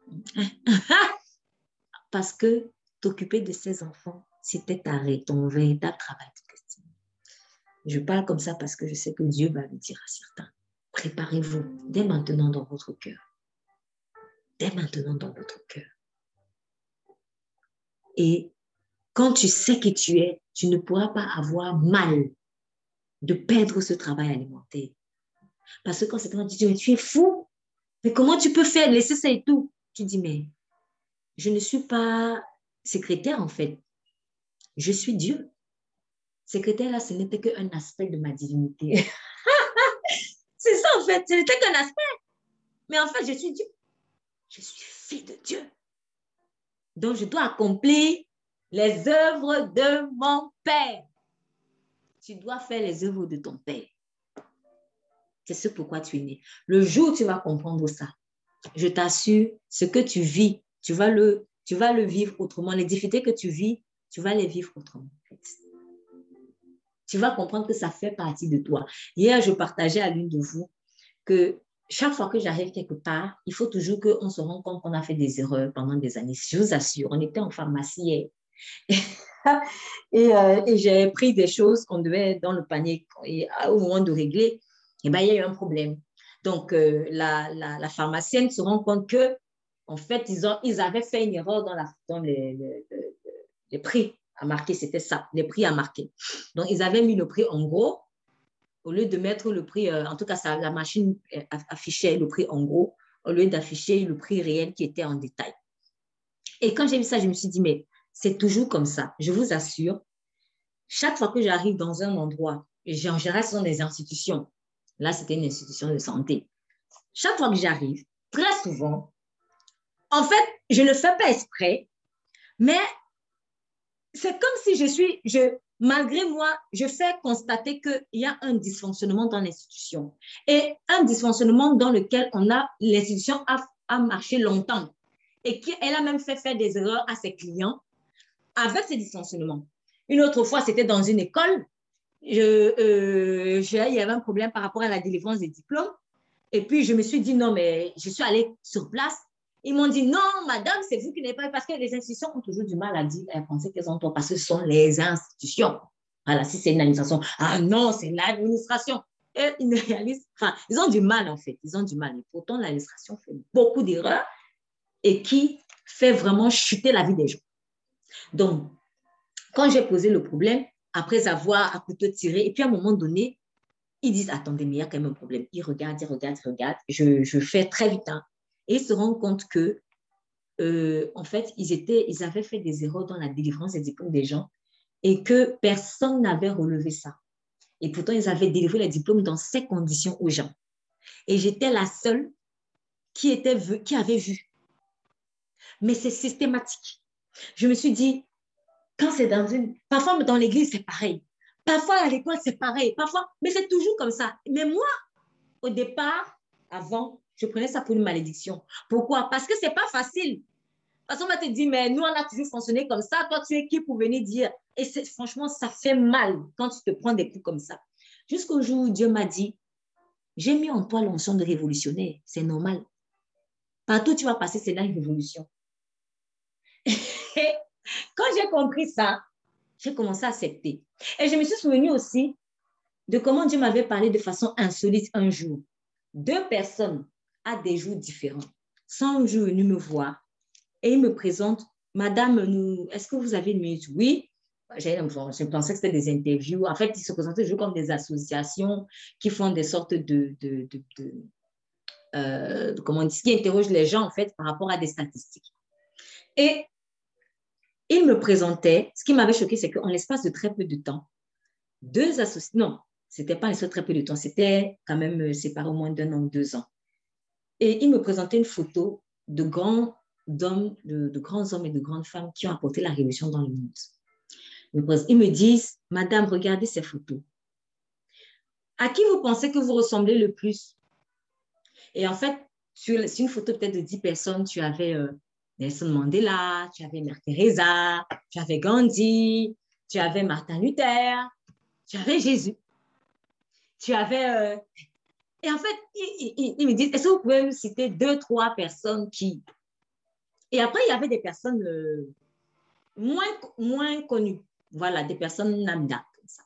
Parce que t'occuper de ces enfants, c'était ton véritable travail. Je parle comme ça parce que je sais que Dieu va le dire à certains. Préparez-vous dès maintenant dans votre cœur. Dès maintenant dans votre cœur. Et quand tu sais qui tu es, tu ne pourras pas avoir mal de perdre ce travail alimentaire. Parce que quand certains disent, mais tu es fou, mais comment tu peux faire, laisser ça et tout? Tu dis, mais je ne suis pas secrétaire en fait. Je suis Dieu. Secrétaire là, ce n'était qu'un aspect de ma divinité. C'est ça en fait, ce n'était qu'un aspect. Mais en fait, je suis Dieu. Je suis fille de Dieu. Donc, je dois accomplir les œuvres de mon Père. Tu dois faire les œuvres de ton Père. C'est ce pourquoi tu es né. Le jour où tu vas comprendre ça, je t'assure, ce que tu vis, tu vas le vivre autrement. Les difficultés que tu vis, tu vas les vivre autrement. En fait. Tu vas comprendre que ça fait partie de toi. Hier, je partageais à l'une de vous que chaque fois que j'arrive quelque part, il faut toujours qu'on se rende compte qu'on a fait des erreurs pendant des années. Je vous assure, on était en pharmacie et j'ai pris des choses qu'on devait dans le panier. Et au moment de régler, il y a eu un problème. Donc, la pharmacienne se rend compte que, en fait, ils avaient fait une erreur dans les prix à marquer. C'était ça, les prix à marquer. Donc, ils avaient mis le prix en gros. Au lieu de mettre le prix, en tout cas, la machine affichait le prix en gros, au lieu d'afficher le prix réel qui était en détail. Et quand j'ai vu ça, je me suis dit, mais c'est toujours comme ça. Je vous assure, chaque fois que j'arrive dans un endroit, et en général, ce sont des institutions. Là, c'était une institution de santé. Chaque fois que j'arrive, très souvent, en fait, je ne le fais pas exprès, mais c'est comme si malgré moi, je fais constater qu'il y a un dysfonctionnement dans l'institution et un dysfonctionnement dans lequel l'institution a marché longtemps et qu'elle a même fait faire des erreurs à ses clients avec ces dysfonctionnements. Une autre fois, c'était dans une école, il y avait un problème par rapport à la délivrance des diplômes et puis je me suis dit non, mais je suis allée sur place. Ils m'ont dit, non, madame, c'est vous qui n'avez pas... Parce que les institutions ont toujours du mal à dire, à penser qu'elles ont tort, parce que ce sont les institutions. Voilà, si c'est une administration, ah non, c'est l'administration. Et ils ne réalisent... Enfin, ils ont du mal, en fait. Ils ont du mal. Et pourtant, l'administration fait beaucoup d'erreurs et qui fait vraiment chuter la vie des gens. Donc, quand j'ai posé le problème, après avoir à couteau tiré, et puis à un moment donné, ils disent, attendez, mais il y a quand même un problème. Ils regardent, ils regardent, ils regardent. Je fais très vite. Hein. Et ils se rendent compte que, en fait, ils avaient fait des erreurs dans la délivrance des diplômes des gens et que personne n'avait relevé ça. Et pourtant, ils avaient délivré les diplômes dans ces conditions aux gens. Et j'étais la seule qui avait vu. Mais c'est systématique. Je me suis dit, quand c'est parfois dans l'église, c'est pareil. Parfois à l'école, c'est pareil. Parfois, mais c'est toujours comme ça. Mais moi, au départ, avant, je prenais ça pour une malédiction. Pourquoi? Parce que c'est pas facile. Parce qu'on va te dire, mais nous, on a toujours fonctionné comme ça. Toi, tu es qui pour venir dire? Et franchement, ça fait mal quand tu te prends des coups comme ça. Jusqu'au jour où Dieu m'a dit, j'ai mis en toi l'onction de révolutionnaire. C'est normal. Partout où tu vas passer, c'est là une révolution. Et quand j'ai compris ça, j'ai commencé à accepter. Et je me suis souvenue aussi de comment Dieu m'avait parlé de façon insolite un jour. 2 personnes à des jours différents sont un jour venues me voir et ils me présentent, Madame, est-ce que vous avez une minute? Oui. Je pensais que c'était des interviews. En fait, ils se présentaient toujours comme des associations qui font des sortes comment on dit, qui interrogent les gens en fait par rapport à des statistiques. Et ils me présentaient, ce qui m'avait choqué, c'est qu'en l'espace de très peu de temps, 2 associations, non, c'était pas en l'espace de très peu de temps, c'était quand même séparé au moins d'1 an ou 2 ans. Et ils me présentaient une photo de grands hommes et de grandes femmes qui ont apporté la révolution dans le monde. Ils me disent, Madame, regardez ces photos. À qui vous pensez que vous ressemblez le plus? Et en fait, sur une photo peut-être de 10 personnes, tu avais Nelson Mandela, tu avais Mère Teresa, tu avais Gandhi, tu avais Martin Luther, tu avais Jésus. Tu avais... Et en fait, ils me disent, est-ce que vous pouvez me citer 2, 3 personnes qui... Et après, il y avait des personnes moins connues. Voilà, des personnes lambda, comme ça.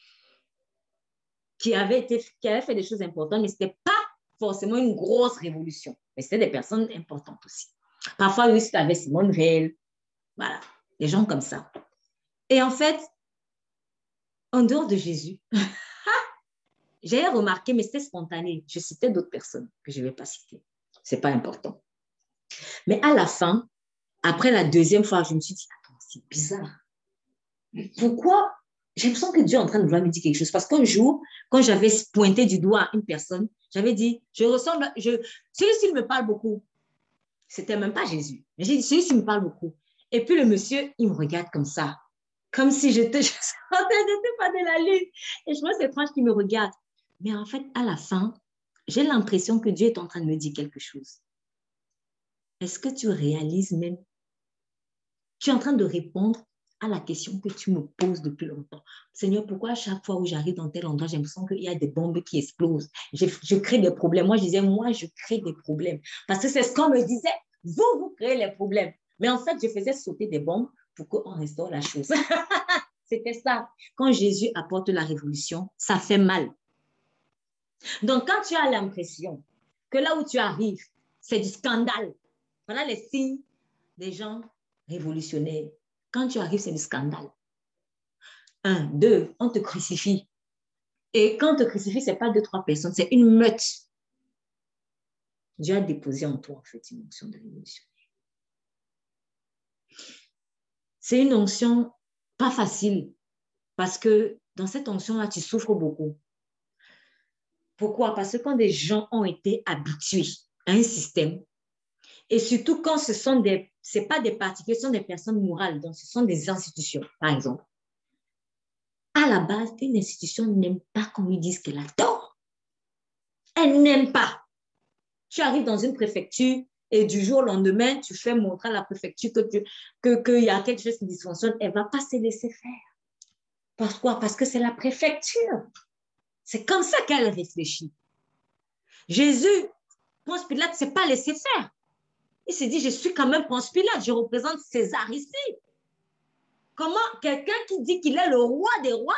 Qui avaient fait des choses importantes, mais ce n'était pas forcément une grosse révolution. Mais c'était des personnes importantes aussi. Parfois, oui, tu avais Simone Veil. Voilà, des gens comme ça. Et en fait, en dehors de Jésus, j'ai remarqué, mais c'était spontané. Je citais d'autres personnes que je ne vais pas citer. Ce n'est pas important. Mais à la fin, après la 2e fois, je me suis dit, attends, c'est bizarre. Pourquoi? J'ai l'impression que Dieu est en train de vouloir me dire quelque chose. Parce qu'un jour, quand j'avais pointé du doigt une personne, j'avais dit, celui-ci me parle beaucoup. C'était même pas Jésus. Mais j'ai dit, celui-ci me parle beaucoup. Et puis le monsieur, il me regarde comme ça. Comme si j'étais pas de la lune. Et je vois c'est étrange qu'il me regarde. Mais en fait, à la fin, j'ai l'impression que Dieu est en train de me dire quelque chose. Est-ce que tu réalises même? Tu es en train de répondre à la question que tu me poses depuis longtemps. Seigneur, pourquoi à chaque fois où j'arrive dans tel endroit, j'ai l'impression qu'il y a des bombes qui explosent? Je crée des problèmes. Moi, je disais, moi, je crée des problèmes. Parce que c'est ce qu'on me disait. Vous créez les problèmes. Mais en fait, je faisais sauter des bombes pour qu'on restaure la chose. C'était ça. Quand Jésus apporte la révolution, ça fait mal. Donc, quand tu as l'impression que là où tu arrives, c'est du scandale, voilà les signes des gens révolutionnaires. Quand tu arrives, c'est du scandale. 1, 2, on te crucifie. Et quand on te crucifie, ce n'est pas 2, 3 personnes, c'est une meute. Dieu a déposé en toi, en fait, une onction de révolution. C'est une onction pas facile, parce que dans cette onction-là, tu souffres beaucoup. Pourquoi? Parce que quand des gens ont été habitués à un système, et surtout quand c'est pas des particuliers, ce sont des personnes morales, donc ce sont des institutions, par exemple. À la base, une institution n'aime pas qu'on lui dise qu'elle a tort. Elle n'aime pas. Tu arrives dans une préfecture et du jour au lendemain, tu fais montrer à la préfecture qu'il y a quelque chose qui dysfonctionne. Elle ne va pas se laisser faire. Pourquoi? Parce que c'est la préfecture. C'est comme ça qu'elle réfléchit. Jésus, Ponce Pilate, ce n'est pas laissé faire. Il s'est dit, je suis quand même Ponce Pilate, je représente César ici. Comment quelqu'un qui dit qu'il est le roi des rois?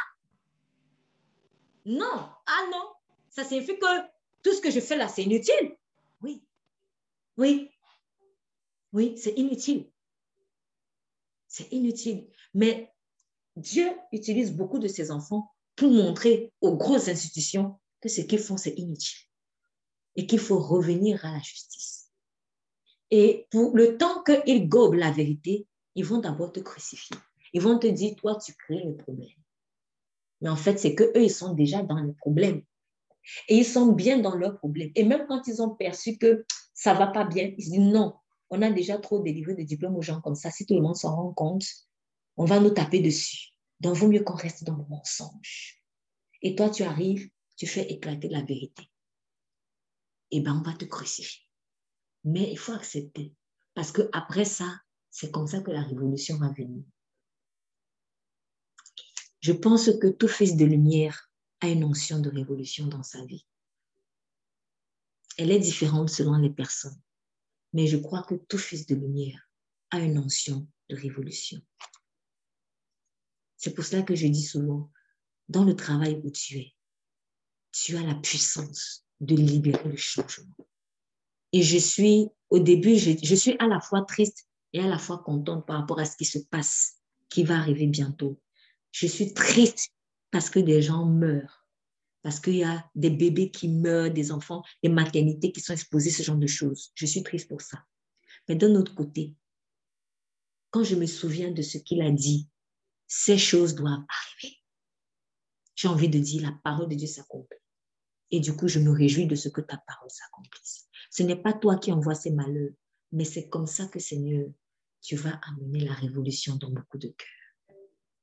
Non, ah non, ça signifie que tout ce que je fais là, c'est inutile. Oui, oui, oui, c'est inutile. C'est inutile. Mais Dieu utilise beaucoup de ses enfants pour montrer aux grosses institutions que ce qu'ils font, c'est inutile et qu'il faut revenir à la justice. Et pour le temps qu'ils gobent la vérité, ils vont d'abord te crucifier. Ils vont te dire, toi, tu crées le problème. Mais en fait, c'est qu'eux, ils sont déjà dans le problème. Et ils sont bien dans leur problème. Et même quand ils ont perçu que ça ne va pas bien, ils se disent, non, on a déjà trop délivré de diplômes aux gens comme ça. Si tout le monde s'en rend compte, on va nous taper dessus. Donc, il vaut mieux qu'on reste dans le mensonge. Et toi, tu arrives, tu fais éclater la vérité. Eh bien, on va te crucifier. Mais il faut accepter. Parce qu'après ça, c'est comme ça que la révolution va venir. Je pense que tout fils de lumière a une notion de révolution dans sa vie. Elle est différente selon les personnes. Mais je crois que tout fils de lumière a une notion de révolution. C'est pour cela que je dis souvent, dans le travail où tu as la puissance de libérer le changement. Et au début, je suis à la fois triste et à la fois contente par rapport à ce qui se passe, qui va arriver bientôt. Je suis triste parce que des gens meurent, parce qu'il y a des bébés qui meurent, des enfants, des maternités qui sont exposées, ce genre de choses. Je suis triste pour ça. Mais d'un autre côté, quand je me souviens de ce qu'il a dit, ces choses doivent arriver. J'ai envie de dire, la parole de Dieu s'accomplit. Et du coup, je me réjouis de ce que ta parole s'accomplisse. Ce n'est pas toi qui envoies ces malheurs, mais c'est comme ça que, Seigneur, tu vas amener la révolution dans beaucoup de cœurs.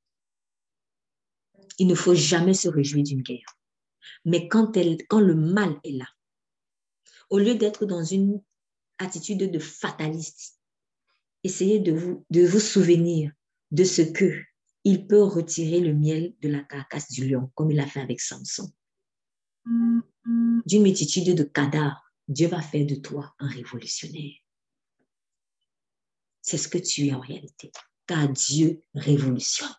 Il ne faut jamais se réjouir d'une guerre. Mais quand le mal est là, au lieu d'être dans une attitude de fataliste, essayez de vous souvenir de ce que il peut retirer le miel de la carcasse du lion, comme il a fait avec Samson. D'une multitude de cadavres, Dieu va faire de toi un révolutionnaire. C'est ce que tu es en réalité, car Dieu révolutionne.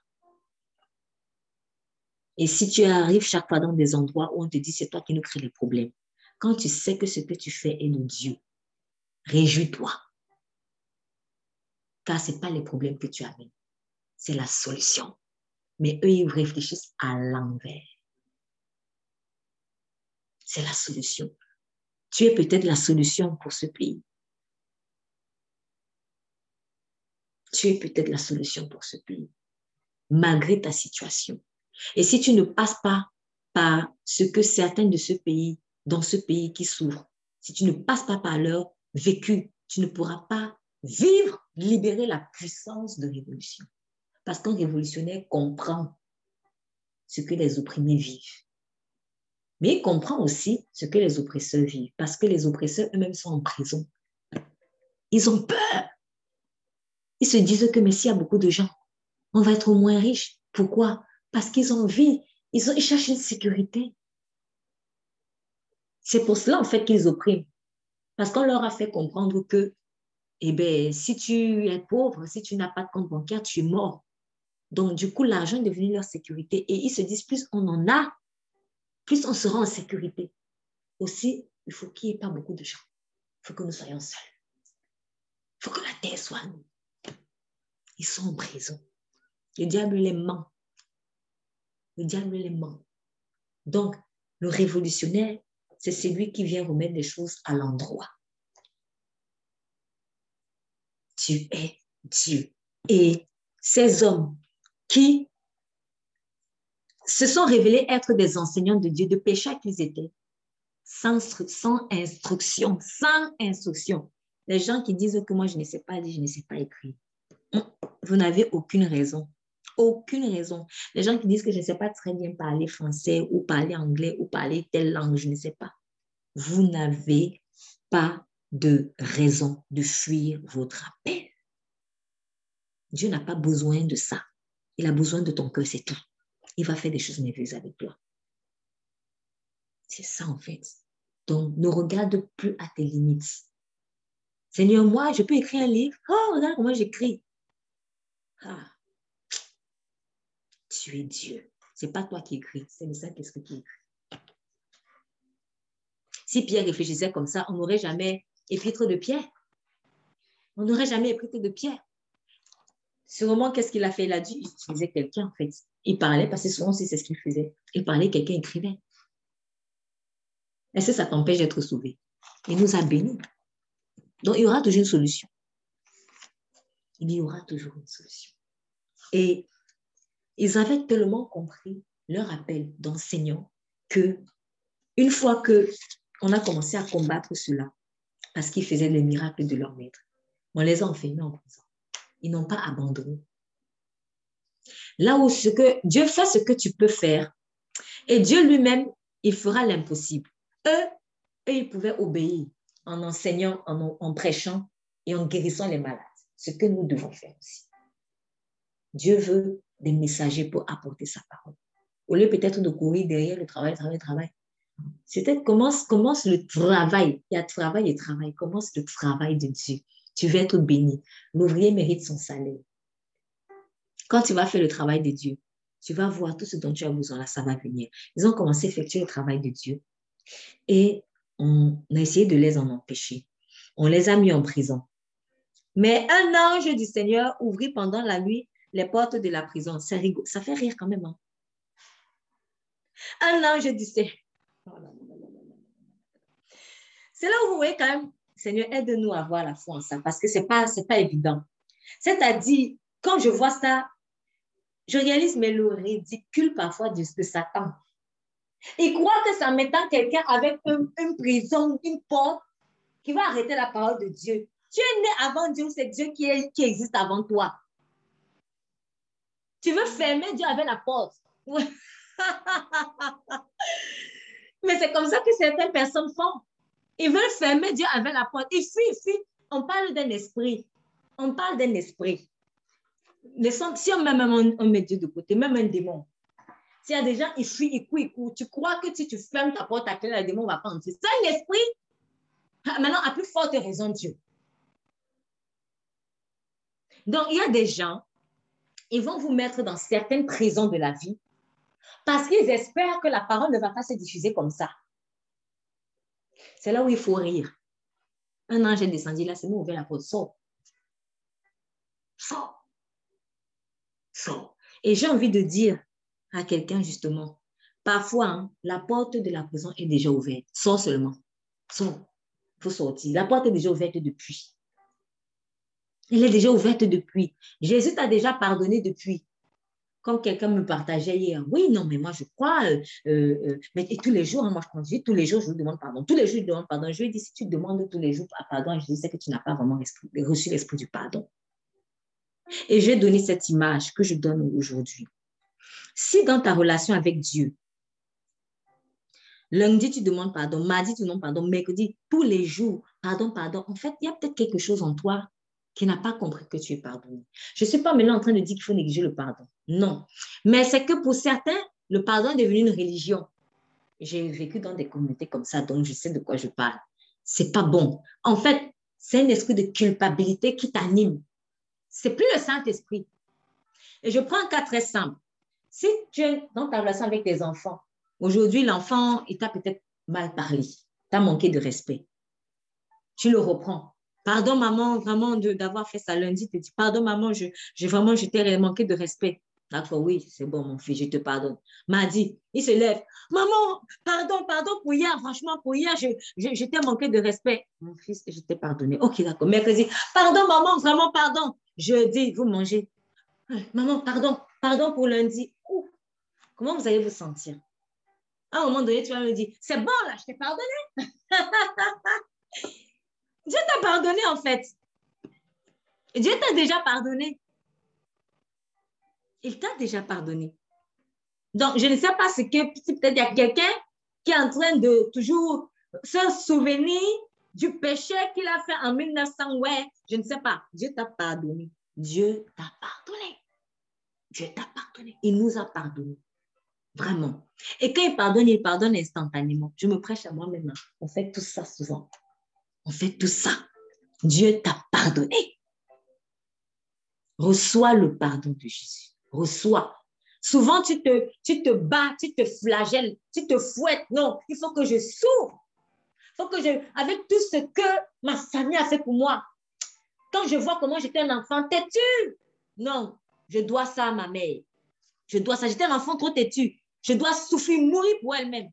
Et si tu arrives chaque fois dans des endroits où on te dit c'est toi qui nous crée les problèmes, quand tu sais que ce que tu fais est de Dieu, réjouis-toi. Car ce n'est pas les problèmes que tu amènes, c'est la solution. Mais eux, ils réfléchissent à l'envers. C'est la solution. Tu es peut-être la solution pour ce pays. Tu es peut-être la solution pour ce pays, malgré ta situation. Et si tu ne passes pas par ce que certains de ce pays, dans ce pays qui souffrent, si tu ne passes pas par leur vécu, tu ne pourras pas vivre, libérer la puissance de révolution. Parce qu'un révolutionnaire comprend ce que les opprimés vivent. Mais il comprend aussi ce que les oppresseurs vivent, parce que les oppresseurs eux-mêmes sont en prison. Ils ont peur. Ils se disent que mais s'il y a beaucoup de gens, on va être moins riches. Pourquoi? Parce qu'ils ont envie, ils cherchent une sécurité. C'est pour cela, en fait, qu'ils oppriment. Parce qu'on leur a fait comprendre que, eh bien, si tu es pauvre, si tu n'as pas de compte bancaire, tu es mort. Donc, du coup, l'argent est devenu leur sécurité. Et ils se disent, plus on en a, plus on sera en sécurité. Aussi, il faut qu'il n'y ait pas beaucoup de gens. Il faut que nous soyons seuls. Il faut que la terre soit nous. Ils sont en prison. Le diable les ment. Le diable les ment. Donc, le révolutionnaire, c'est celui qui vient remettre les choses à l'endroit. Tu es Dieu. Et ces hommes qui se sont révélés être des enseignants de Dieu, de pécheurs qu'ils étaient, sans instruction, sans instruction. Les gens qui disent que moi, je ne sais pas lire, je ne sais pas écrire. Vous n'avez aucune raison. Aucune raison. Les gens qui disent que je ne sais pas très bien parler français ou parler anglais ou parler telle langue, je ne sais pas. Vous n'avez pas de raison de fuir votre appel. Dieu n'a pas besoin de ça. Il a besoin de ton cœur, c'est tout. Il va faire des choses merveilleuses avec toi. C'est ça en fait. Donc, ne regarde plus à tes limites. Seigneur, moi, je peux écrire un livre. Oh, regarde comment j'écris. Ah. Tu es Dieu. Ce n'est pas toi qui écris, c'est le Saint-Esprit qui écrit. Si Pierre réfléchissait comme ça, on n'aurait jamais épître de Pierre. On n'aurait jamais épître de Pierre. Sûrement, qu'est-ce qu'il a fait? Il a dû utiliser quelqu'un, en fait. Il parlait, parce que souvent, c'est ce qu'il faisait. Il parlait, quelqu'un écrivait. Est-ce que ça t'empêche d'être sauvé? Il nous a bénis. Donc, il y aura toujours une solution. Il y aura toujours une solution. Et ils avaient tellement compris leur appel d'enseignant que une fois qu'on a commencé à combattre cela, parce qu'ils faisaient les miracles de leur maître, on les a enfermés en prison. Ils n'ont pas abandonné. Là où Dieu fait ce que tu peux faire, et Dieu lui-même, il fera l'impossible. Eux, ils pouvaient obéir en enseignant, en prêchant et en guérissant les malades. Ce que nous devons faire aussi. Dieu veut des messagers pour apporter sa parole. Au lieu peut-être de courir derrière le travail. C'est-à-dire commence le travail. Il y a travail et travail. Commence le travail de Dieu. Tu vas être béni. L'ouvrier mérite son salaire. Quand tu vas faire le travail de Dieu, tu vas voir tout ce dont tu as besoin là, ça va venir. Ils ont commencé à effectuer le travail de Dieu et on a essayé de les en empêcher. On les a mis en prison. Mais un ange du Seigneur ouvrit pendant la nuit les portes de la prison. Ça fait rire quand même. Hein? Un ange du Seigneur. C'est là où vous voyez quand même, Seigneur, aide-nous à avoir la foi en ça, parce que c'est pas évident. C'est-à-dire, quand je vois ça, je réalise mais le ridicule parfois de Satan. Il croit que ça mettant quelqu'un avec une prison, une porte, qui va arrêter la parole de Dieu. Tu es né avant Dieu, c'est Dieu qui existe avant toi. Tu veux fermer Dieu avec la porte. Mais c'est comme ça que certaines personnes font. Ils veulent fermer Dieu avec la porte. Ils fuient. On parle d'un esprit. Si on met Dieu de côté, même un démon. S'il y a des gens, ils fuient, ils courent. Tu crois que si tu fermes ta porte à clé, le démon ne va pas entrer. C'est un esprit. Maintenant, à plus forte raison, Dieu. Donc, il y a des gens, ils vont vous mettre dans certaines prisons de la vie parce qu'ils espèrent que la parole ne va pas se diffuser comme ça. C'est là où il faut rire. Un ange est descendu là, c'est nous ouvert la porte. Sors. Et j'ai envie de dire à quelqu'un justement, parfois, hein, la porte de la prison est déjà ouverte. Sors seulement. Sors. Il faut sortir. La porte est déjà ouverte depuis. Elle est déjà ouverte depuis. Jésus t'a déjà pardonné depuis. Comme quelqu'un me partageait hier. Oui, non, mais moi, je crois. Mais tous les jours, hein, moi, je prends Dieu. Tous les jours, je lui demande pardon. Tous les jours, je lui demande pardon. Je lui dis, si tu demandes tous les jours pardon, je dis, c'est que tu n'as pas vraiment reçu l'esprit du pardon. Et j'ai donné cette image que je donne aujourd'hui. Si dans ta relation avec Dieu, lundi, tu demandes pardon, mardi, tu demandes pardon, mercredi, tous les jours, pardon, en fait, il y a peut-être quelque chose en toi qui n'a pas compris que tu es pardonné. Je ne suis pas maintenant en train de dire qu'il faut négliger le pardon. Non. Mais c'est que pour certains, le pardon est devenu une religion. J'ai vécu dans des communautés comme ça, donc je sais de quoi je parle. C'est pas bon. En fait, c'est un esprit de culpabilité qui t'anime. C'est plus le Saint-Esprit. Et je prends un cas très simple. Si tu es dans ta relation avec tes enfants, aujourd'hui, l'enfant, il t'a peut-être mal parlé, t'a manqué de respect. Tu le reprends. Pardon, maman, vraiment, d'avoir fait ça lundi. Tu te dis, pardon, maman, je t'ai manqué de respect. D'accord, oui, c'est bon, mon fils, je te pardonne. Mardi, il se lève. Maman, pardon pour hier, franchement, pour hier, je t'ai manqué de respect. Mon fils, je t'ai pardonné. Ok, d'accord. Mercredi, pardon, maman, vraiment, pardon. Jeudi, vous mangez. Maman, pardon pour lundi. Ouh, comment vous allez vous sentir? À un moment donné, tu vas me dire, c'est bon, là, je t'ai pardonné. Dieu t'a pardonné, en fait. Dieu t'a déjà pardonné. Il t'a déjà pardonné. Donc, je ne sais pas si peut-être il y a quelqu'un qui est en train de toujours se souvenir du péché qu'il a fait en 1900. Ouais, je ne sais pas. Dieu t'a pardonné. Dieu t'a pardonné. Dieu t'a pardonné. Il nous a pardonné. Vraiment. Et quand il pardonne instantanément. Je me prêche à moi-même. On fait tout ça souvent. On fait tout ça. Dieu t'a pardonné. Reçois le pardon de Jésus. Reçois. Souvent, tu te bats, tu te flagelles, tu te fouettes. Non, il faut que je souffre. Il faut que avec tout ce que ma famille a fait pour moi. Quand je vois comment j'étais un enfant têtu, Non, je dois ça à ma mère. Je dois ça. J'étais un enfant trop têtu. Je dois souffrir, mourir pour elle-même.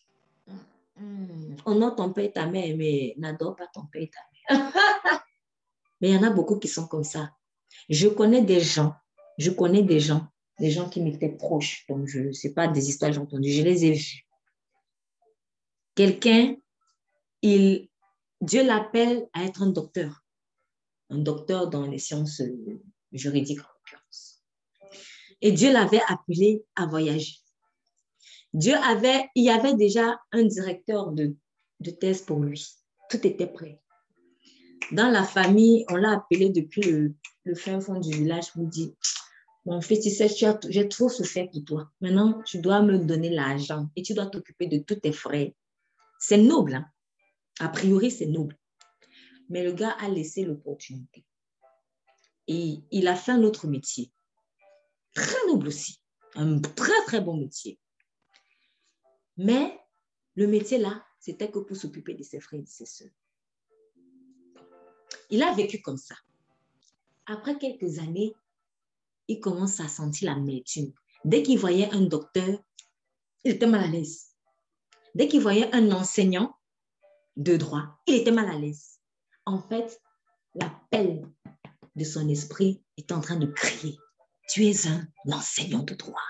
Honore ton père et ta mère, mais n'adore pas ton père et ta mère. Mais il y en a beaucoup qui sont comme ça. Je connais des gens qui m'étaient proches. Donc, je ne sais pas des histoires que j'ai entendues. Je les ai vus. Quelqu'un, Dieu l'appelle à être un docteur dans les sciences juridiques en l'occurrence. Et Dieu l'avait appelé à voyager. Il y avait déjà un directeur de thèse pour lui. Tout était prêt. Dans la famille, on l'a appelé depuis le fin fond du village pour dire, mon fils, tu sais, j'ai trop souffert pour toi. Maintenant, tu dois me donner l'argent et tu dois t'occuper de tous tes frais. C'est noble, hein? A priori, c'est noble. Mais le gars a laissé l'opportunité. Et il a fait un autre métier. Très noble aussi. Un très, très bon métier. Mais le métier là, c'était que pour s'occuper de ses frères et de ses soeurs. Il a vécu comme ça. Après quelques années, il commence à sentir l'amertume. Dès qu'il voyait un docteur, il était mal à l'aise. Dès qu'il voyait un enseignant de droit, il était mal à l'aise. En fait, l'appel de son esprit est en train de crier. Tu es un enseignant de droit.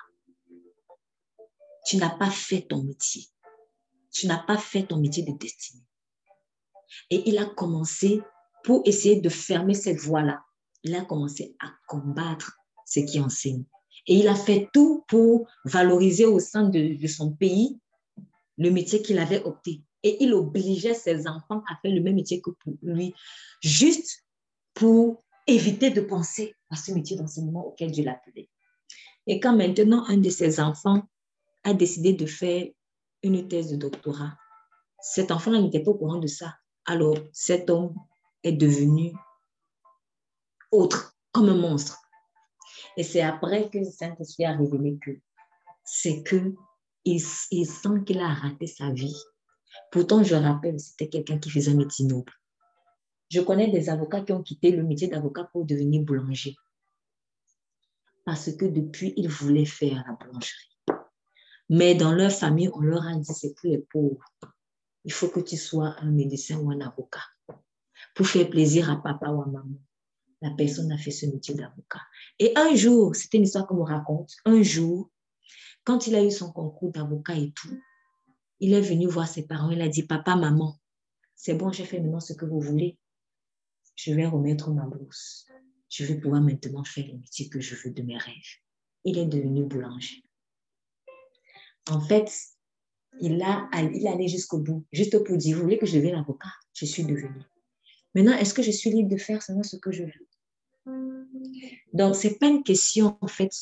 Tu n'as pas fait ton métier. Tu n'as pas fait ton métier de destinée. Et il a commencé, pour essayer de fermer cette voie-là, il a commencé à combattre ce qui enseigne. Et il a fait tout pour valoriser au sein de son pays le métier qu'il avait opté. Et il obligeait ses enfants à faire le même métier que pour lui, juste pour éviter de penser à ce métier d'enseignement auquel Dieu l'appelait. Et quand maintenant un de ses enfants a décidé de faire une thèse de doctorat, cet enfant-là n'était pas au courant de ça. Alors, cet homme est devenu autre, comme un monstre. Et c'est après que le Saint-Esprit a révélé que c'est qu'il sent qu'il a raté sa vie. Pourtant, je rappelle, c'était quelqu'un qui faisait un métier noble. Je connais des avocats qui ont quitté le métier d'avocat pour devenir boulanger. Parce que depuis, ils voulaient faire la boulangerie. Mais dans leur famille, on leur a dit, c'est pour les pauvres. Il faut que tu sois un médecin ou un avocat. Pour faire plaisir à papa ou à maman. La personne a fait ce métier d'avocat. Et un jour, c'était une histoire qu'on me raconte, un jour, quand il a eu son concours d'avocat et tout, il est venu voir ses parents, il a dit, papa, maman, c'est bon, j'ai fait maintenant ce que vous voulez. Je vais remettre ma bourse. Je vais pouvoir maintenant faire le métier que je veux de mes rêves. Il est devenu boulanger. En fait, il allait jusqu'au bout, juste pour dire, vous voulez que je devienne avocat? Je suis devenu. Maintenant, est-ce que je suis libre de faire seulement ce que je veux? Donc, ce n'est pas une question, en fait,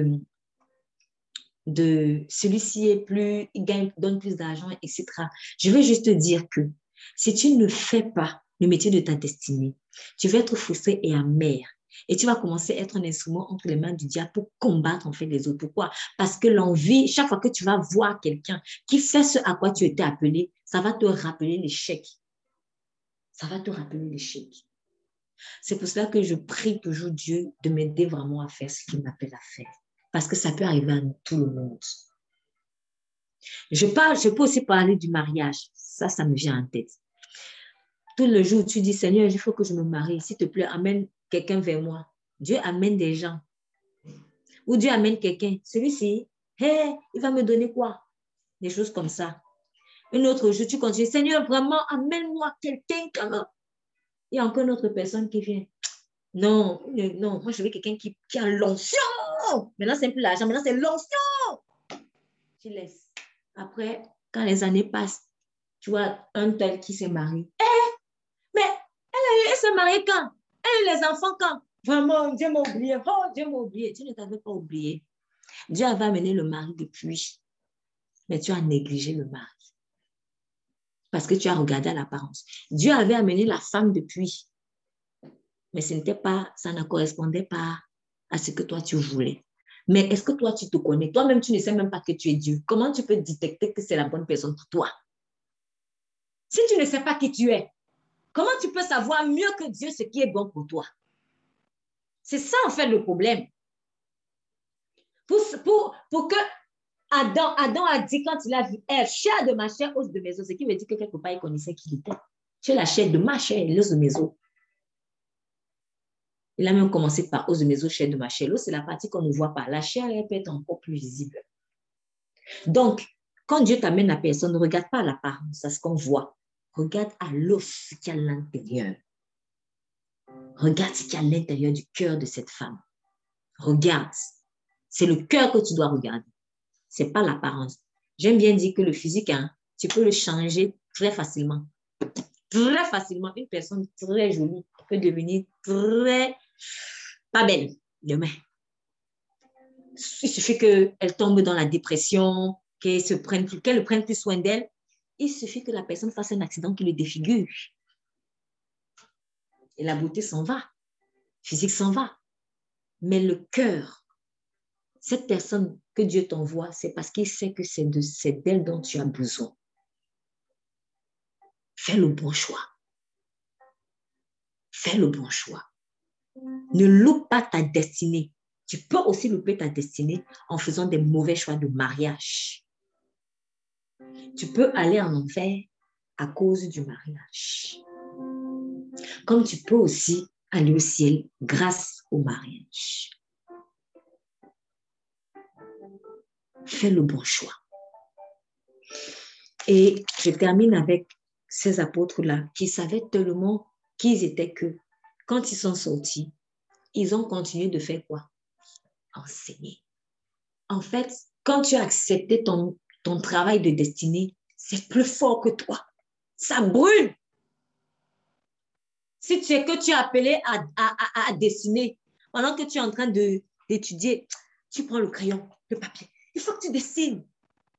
de celui-ci est plus, il gagne, donne plus d'argent, etc. Je veux juste te dire que si tu ne fais pas le métier de ta destinée, tu vas être frustré et amer. Et tu vas commencer à être un instrument entre les mains du diable pour combattre en fait les autres. Pourquoi? Parce que l'envie, chaque fois que tu vas voir quelqu'un qui fait ce à quoi tu étais appelé, ça va te rappeler l'échec. Ça va te rappeler l'échec. C'est pour cela que je prie toujours Dieu de m'aider vraiment à faire ce qu'il m'appelle à faire. Parce que ça peut arriver à tout le monde. Je peux aussi parler du mariage. Ça me vient en tête. Tout le jour, tu dis, Seigneur, il faut que je me marie. S'il te plaît, amène quelqu'un vers moi. Dieu amène des gens. Ou Dieu amène quelqu'un. Celui-ci, hey, il va me donner quoi? Des choses comme ça. Un autre jour, tu continues, Seigneur, vraiment, amène-moi quelqu'un. Il y a encore une autre personne qui vient. Non, non, moi je veux quelqu'un qui a l'onction. Maintenant, c'est plus l'argent, maintenant c'est l'onction. Tu laisses. Après, quand les années passent, tu vois un tel qui s'est marié. Mais elle s'est mariée quand? Elle a eu les enfants quand? Vraiment, Dieu m'a oublié. Oh, Dieu m'a oublié. Tu ne t'avais pas oublié. Dieu avait amené le mari depuis. Mais tu as négligé le mari. Parce que tu as regardé à l'apparence. Dieu avait amené la femme depuis. Mais ça ne correspondait pas à ce que toi tu voulais. Mais est-ce que toi tu te connais? Toi-même, tu ne sais même pas que tu es Dieu. Comment tu peux détecter que c'est la bonne personne pour toi? Si tu ne sais pas qui tu es, comment tu peux savoir mieux que Dieu ce qui est bon pour toi? C'est ça, en fait, le problème. Pour que Adam a dit quand il a vu Ève, chair de ma chair, os de mes os, ce qui veut dire que quelque part, il connaissait qui il était. Tu es la chair de ma chair, l'os de mes os. Il a même commencé par os de mes os, chair de ma chair. L'os, c'est la partie qu'on ne voit pas. La chair, elle peut être encore plus visible. Donc, quand Dieu t'amène la personne, ne regarde pas l'apparence, à ce qu'on voit. Regarde à l'os qui est à l'intérieur. Regarde ce qu'il y a à l'intérieur du cœur de cette femme. Regarde. C'est le cœur que tu dois regarder. Ce n'est pas l'apparence. J'aime bien dire que le physique, hein, tu peux le changer très facilement. Très facilement. Une personne très jolie peut devenir très pas belle demain. Il suffit qu'elle tombe dans la dépression, qu'elle ne prenne plus soin d'elle. Il suffit que la personne fasse un accident qui le défigure. Et la beauté s'en va. Le physique s'en va. Mais le cœur, cette personne que Dieu t'envoie, c'est parce qu'il sait que c'est d'elle dont tu as besoin. Fais le bon choix. Fais le bon choix. Ne loupe pas ta destinée. Tu peux aussi louper ta destinée en faisant des mauvais choix de mariage. Tu peux aller en enfer à cause du mariage. Comme tu peux aussi aller au ciel grâce au mariage. Fais le bon choix. Et je termine avec ces apôtres-là qui savaient tellement qui ils étaient que quand ils sont sortis, ils ont continué de faire quoi? Enseigner. En fait, quand tu as accepté ton travail de destinée, c'est plus fort que toi. Ça brûle. Si tu es que tu es appelé à dessiner, pendant que tu es en train d'étudier, tu prends le crayon, le papier. Il faut que tu dessines.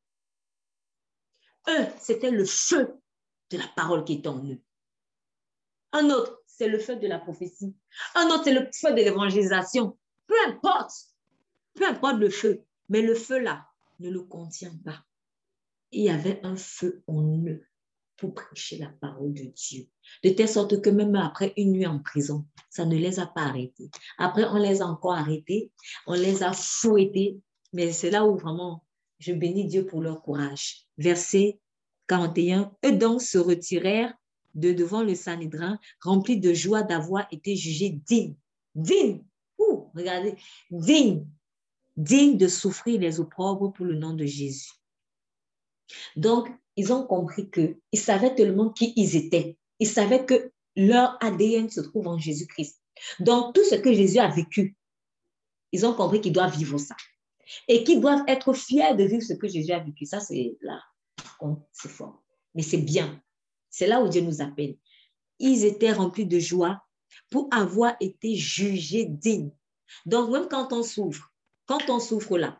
Eux, c'était le feu de la parole qui est en eux. Un autre, c'est le feu de la prophétie. Un autre, c'est le feu de l'évangélisation. Peu importe le feu, mais le feu là ne le contient pas. Il y avait un feu en eux pour prêcher la parole de Dieu. De telle sorte que même après une nuit en prison, ça ne les a pas arrêtés. Après, on les a encore arrêtés, on les a fouettés, mais c'est là où vraiment je bénis Dieu pour leur courage. Verset 41, eux donc se retirèrent de devant le Sanhédrin, remplis de joie d'avoir été jugés dignes. Dignes! Regardez, dignes de souffrir les opprobres pour le nom de Jésus. Donc, ils ont compris qu'ils savaient tellement qui ils étaient. Ils savaient que leur ADN se trouve en Jésus-Christ. Donc, tout ce que Jésus a vécu, ils ont compris qu'ils doivent vivre ça. Et qu'ils doivent être fiers de vivre ce que Jésus a vécu. Ça, c'est là. C'est fort. Mais c'est bien. C'est là où Dieu nous appelle. Ils étaient remplis de joie pour avoir été jugés dignes. Donc, même quand on souffre là,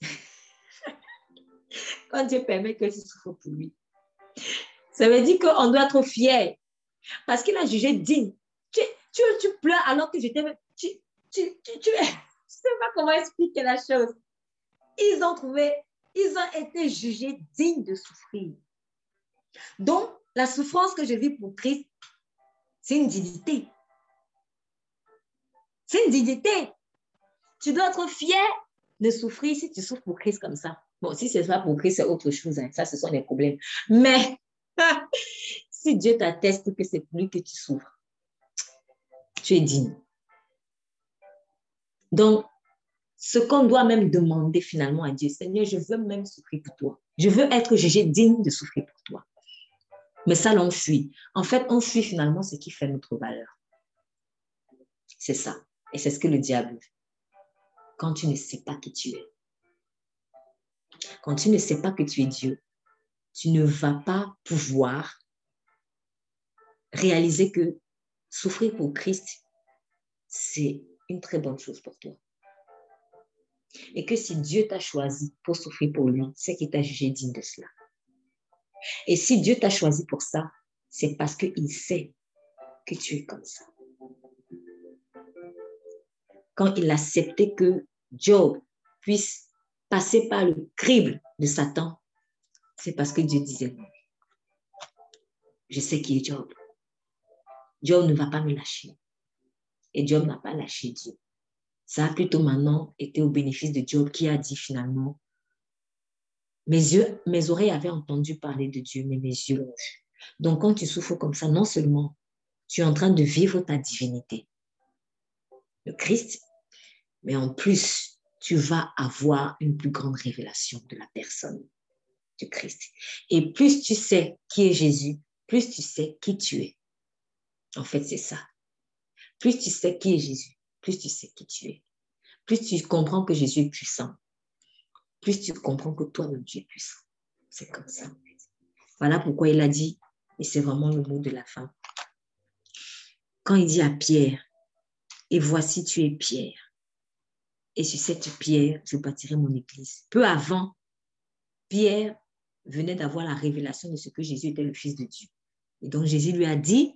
quand Dieu permet que tu souffres pour lui, ça veut dire qu'on doit être fier parce qu'il a jugé digne. Tu pleures alors que j'étais... Je ne sais pas comment expliquer la chose. Ils ont été jugés dignes de souffrir. Donc, la souffrance que je vis pour Christ, c'est une dignité. C'est une dignité. Tu dois être fier de souffrir si tu souffres pour Christ comme ça. Bon, si ce n'est pas pour Christ, c'est autre chose. Hein. Ça, ce sont des problèmes. Mais si Dieu t'atteste que c'est pour lui que tu souffres, tu es digne. Donc, ce qu'on doit même demander finalement à Dieu, Seigneur, je veux même souffrir pour toi. Je veux être jugé digne de souffrir pour toi. Mais ça, l'on fuit. En fait, on fuit finalement ce qui fait notre valeur. C'est ça. Et c'est ce que le diable fait. Quand tu ne sais pas qui tu es, quand tu ne sais pas que tu es Dieu, tu ne vas pas pouvoir réaliser que souffrir pour Christ, c'est une très bonne chose pour toi. Et que si Dieu t'a choisi pour souffrir pour lui, c'est qu'il t'a jugé digne de cela. Et si Dieu t'a choisi pour ça, c'est parce qu'il sait que tu es comme ça. Quand il acceptait que Job puisse passer par le crible de Satan, c'est parce que Dieu disait non. Je sais qui est Job. Job ne va pas me lâcher. Et Job n'a pas lâché Dieu. Ça a plutôt maintenant été au bénéfice de Job qui a dit finalement, mes oreilles avaient entendu parler de Dieu, mais mes yeux l'ont vu. Donc, quand tu souffres comme ça, non seulement tu es en train de vivre ta divinité, le Christ, mais en plus, tu vas avoir une plus grande révélation de la personne du Christ. Et plus tu sais qui est Jésus, plus tu sais qui tu es. En fait, c'est ça. Plus tu sais qui est Jésus, plus tu sais qui tu es. Plus tu comprends que Jésus est puissant, plus tu comprends que toi-même tu es puissant. C'est comme ça. En fait. Voilà pourquoi il a dit, et c'est vraiment le mot de la fin, quand il dit à Pierre, et voici tu es Pierre, et sur cette pierre, je bâtirai mon église. Peu avant, Pierre venait d'avoir la révélation de ce que Jésus était le Fils de Dieu. Et donc Jésus lui a dit,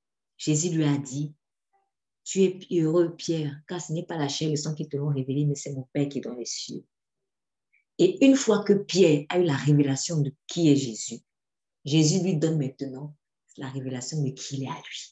tu es heureux, Pierre, car ce n'est pas la chair et le sang qui te l'ont révélé, mais c'est mon Père qui est dans les cieux. Et une fois que Pierre a eu la révélation de qui est Jésus, Jésus lui donne maintenant la révélation de qui il est à lui.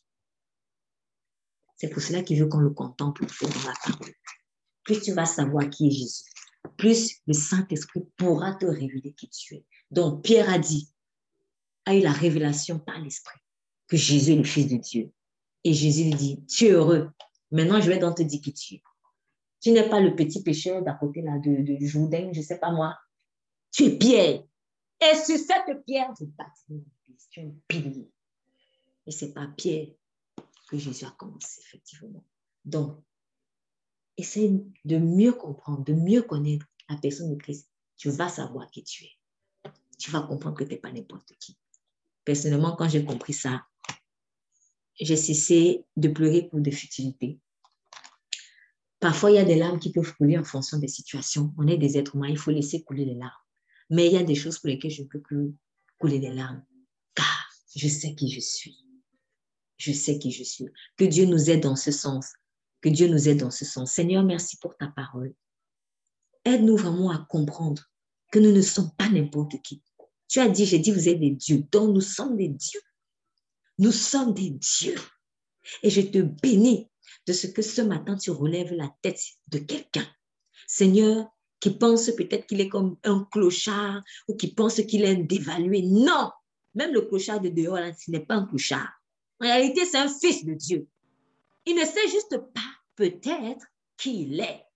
C'est pour cela qu'il veut qu'on le contemple dans la parole. Plus tu vas savoir qui est Jésus, plus le Saint-Esprit pourra te révéler qui tu es. Donc Pierre a eu la révélation par l'Esprit que Jésus est le Fils de Dieu. Et Jésus lui dit, tu es heureux. Maintenant, je vais donc te dire qui tu es. Tu n'es pas le petit pécheur d'à côté là, de Jourdain, je ne sais pas moi. Tu es Pierre. Et sur cette pierre, je bâtirai mon église. Tu es un pilier. Et ce n'est pas Pierre que Jésus a commencé, effectivement. Donc, essaye de mieux comprendre, de mieux connaître la personne de Christ. Tu vas savoir qui tu es. Tu vas comprendre que tu n'es pas n'importe qui. Personnellement, quand j'ai compris ça, j'ai cessé de pleurer pour des futilités. Parfois, il y a des larmes qui peuvent couler en fonction des situations. On est des êtres humains, il faut laisser couler les larmes. Mais il y a des choses pour lesquelles je ne peux plus couler des larmes. Car je sais qui je suis. Je sais qui je suis. Que Dieu nous aide dans ce sens. Que Dieu nous aide dans ce sens. Seigneur, merci pour ta parole. Aide-nous vraiment à comprendre que nous ne sommes pas n'importe qui. Tu as dit, j'ai dit, vous êtes des dieux. Donc, nous sommes des dieux. Nous sommes des dieux. Et je te bénis de ce que ce matin, tu relèves la tête de quelqu'un. Seigneur, qui pense peut-être qu'il est comme un clochard ou qui pense qu'il est dévalué. Non! Même le clochard de dehors, là, ce n'est pas un clochard. En réalité, c'est un fils de Dieu. Il ne sait juste pas peut-être qui il est.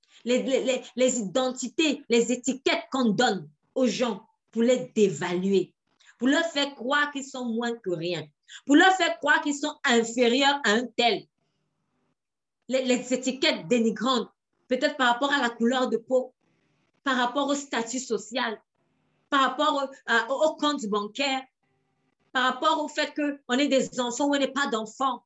Les identités, les étiquettes qu'on donne aux gens pour les dévaluer, pour leur faire croire qu'ils sont moins que rien, pour leur faire croire qu'ils sont inférieurs à un tel. Les étiquettes dénigrantes, peut-être par rapport à la couleur de peau, par rapport au statut social, par rapport au compte bancaire, par rapport au fait qu'on est des enfants ou on n'est pas d'enfants,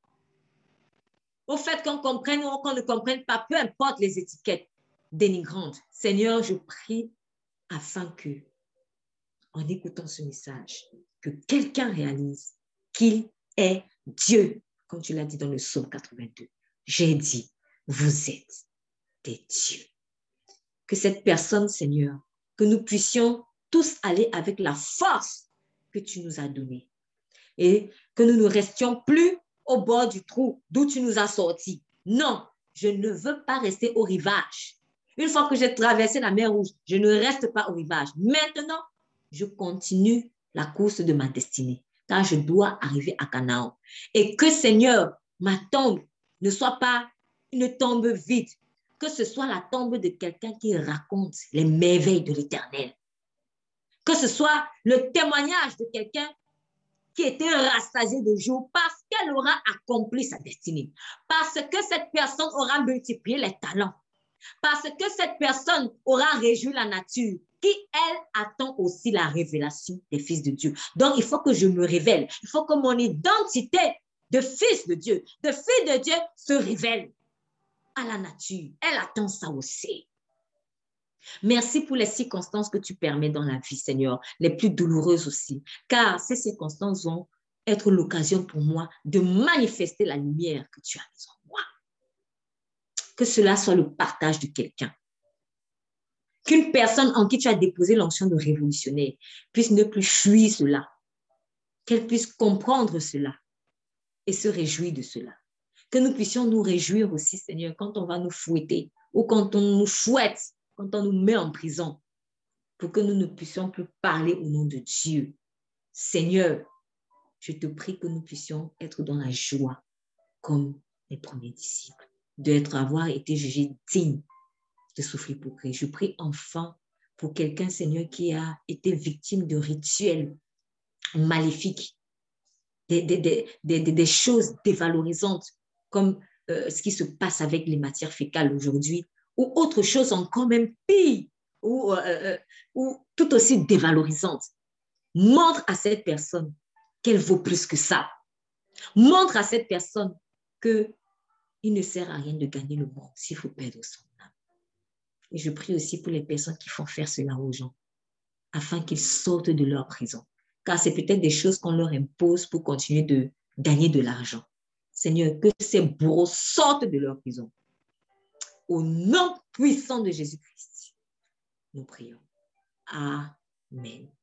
au fait qu'on comprenne ou qu'on ne comprenne pas, peu importe les étiquettes dénigrantes. Seigneur, je prie afin que, en écoutant ce message, que quelqu'un réalise qu'il est Dieu, comme tu l'as dit dans le psaume 82. J'ai dit, vous êtes des dieux. Que cette personne, Seigneur, que nous puissions tous aller avec la force que tu nous as donnée et que nous ne restions plus au bord du trou d'où tu nous as sortis. Non, je ne veux pas rester au rivage. Une fois que j'ai traversé la mer Rouge, je ne reste pas au rivage. Maintenant, je continue la course de ma destinée, car je dois arriver à Canaan. Et que, Seigneur, ma tombe ne soit pas une tombe vide, que ce soit la tombe de quelqu'un qui raconte les merveilles de l'Éternel. Que ce soit le témoignage de quelqu'un qui était rassasiée de jour parce qu'elle aura accompli sa destinée, parce que cette personne aura multiplié les talents, parce que cette personne aura réjoui la nature, qui, elle, attend aussi la révélation des fils de Dieu. Donc, il faut que je me révèle. Il faut que mon identité de fils de Dieu, de fille de Dieu, se révèle à la nature. Elle attend ça aussi. Merci pour les circonstances que tu permets dans la vie, Seigneur, les plus douloureuses aussi, car ces circonstances vont être l'occasion pour moi de manifester la lumière que tu as mise en moi. Que cela soit le partage de quelqu'un. Qu'une personne en qui tu as déposé l'onction de révolutionnaire puisse ne plus fuir cela, qu'elle puisse comprendre cela et se réjouir de cela. Que nous puissions nous réjouir aussi, Seigneur, quand on va nous fouetter, ou quand on nous fouette, quand on nous met en prison, pour que nous ne puissions plus parler au nom de Dieu. Seigneur, je te prie que nous puissions être dans la joie comme les premiers disciples, avoir été jugés dignes de souffrir pour Christ. Je prie enfin pour quelqu'un, Seigneur, qui a été victime de rituels maléfiques, des choses dévalorisantes, comme ce qui se passe avec les matières fécales aujourd'hui, ou autre chose encore même pire, ou tout aussi dévalorisante. Montre à cette personne qu'elle vaut plus que ça. Montre à cette personne qu'il ne sert à rien de gagner le monde s'il faut perdre son âme. Et je prie aussi pour les personnes qui font faire cela aux gens, afin qu'ils sortent de leur prison. Car c'est peut-être des choses qu'on leur impose pour continuer de gagner de l'argent. Seigneur, que ces bourreaux sortent de leur prison. Au nom puissant de Jésus-Christ, nous prions. Amen.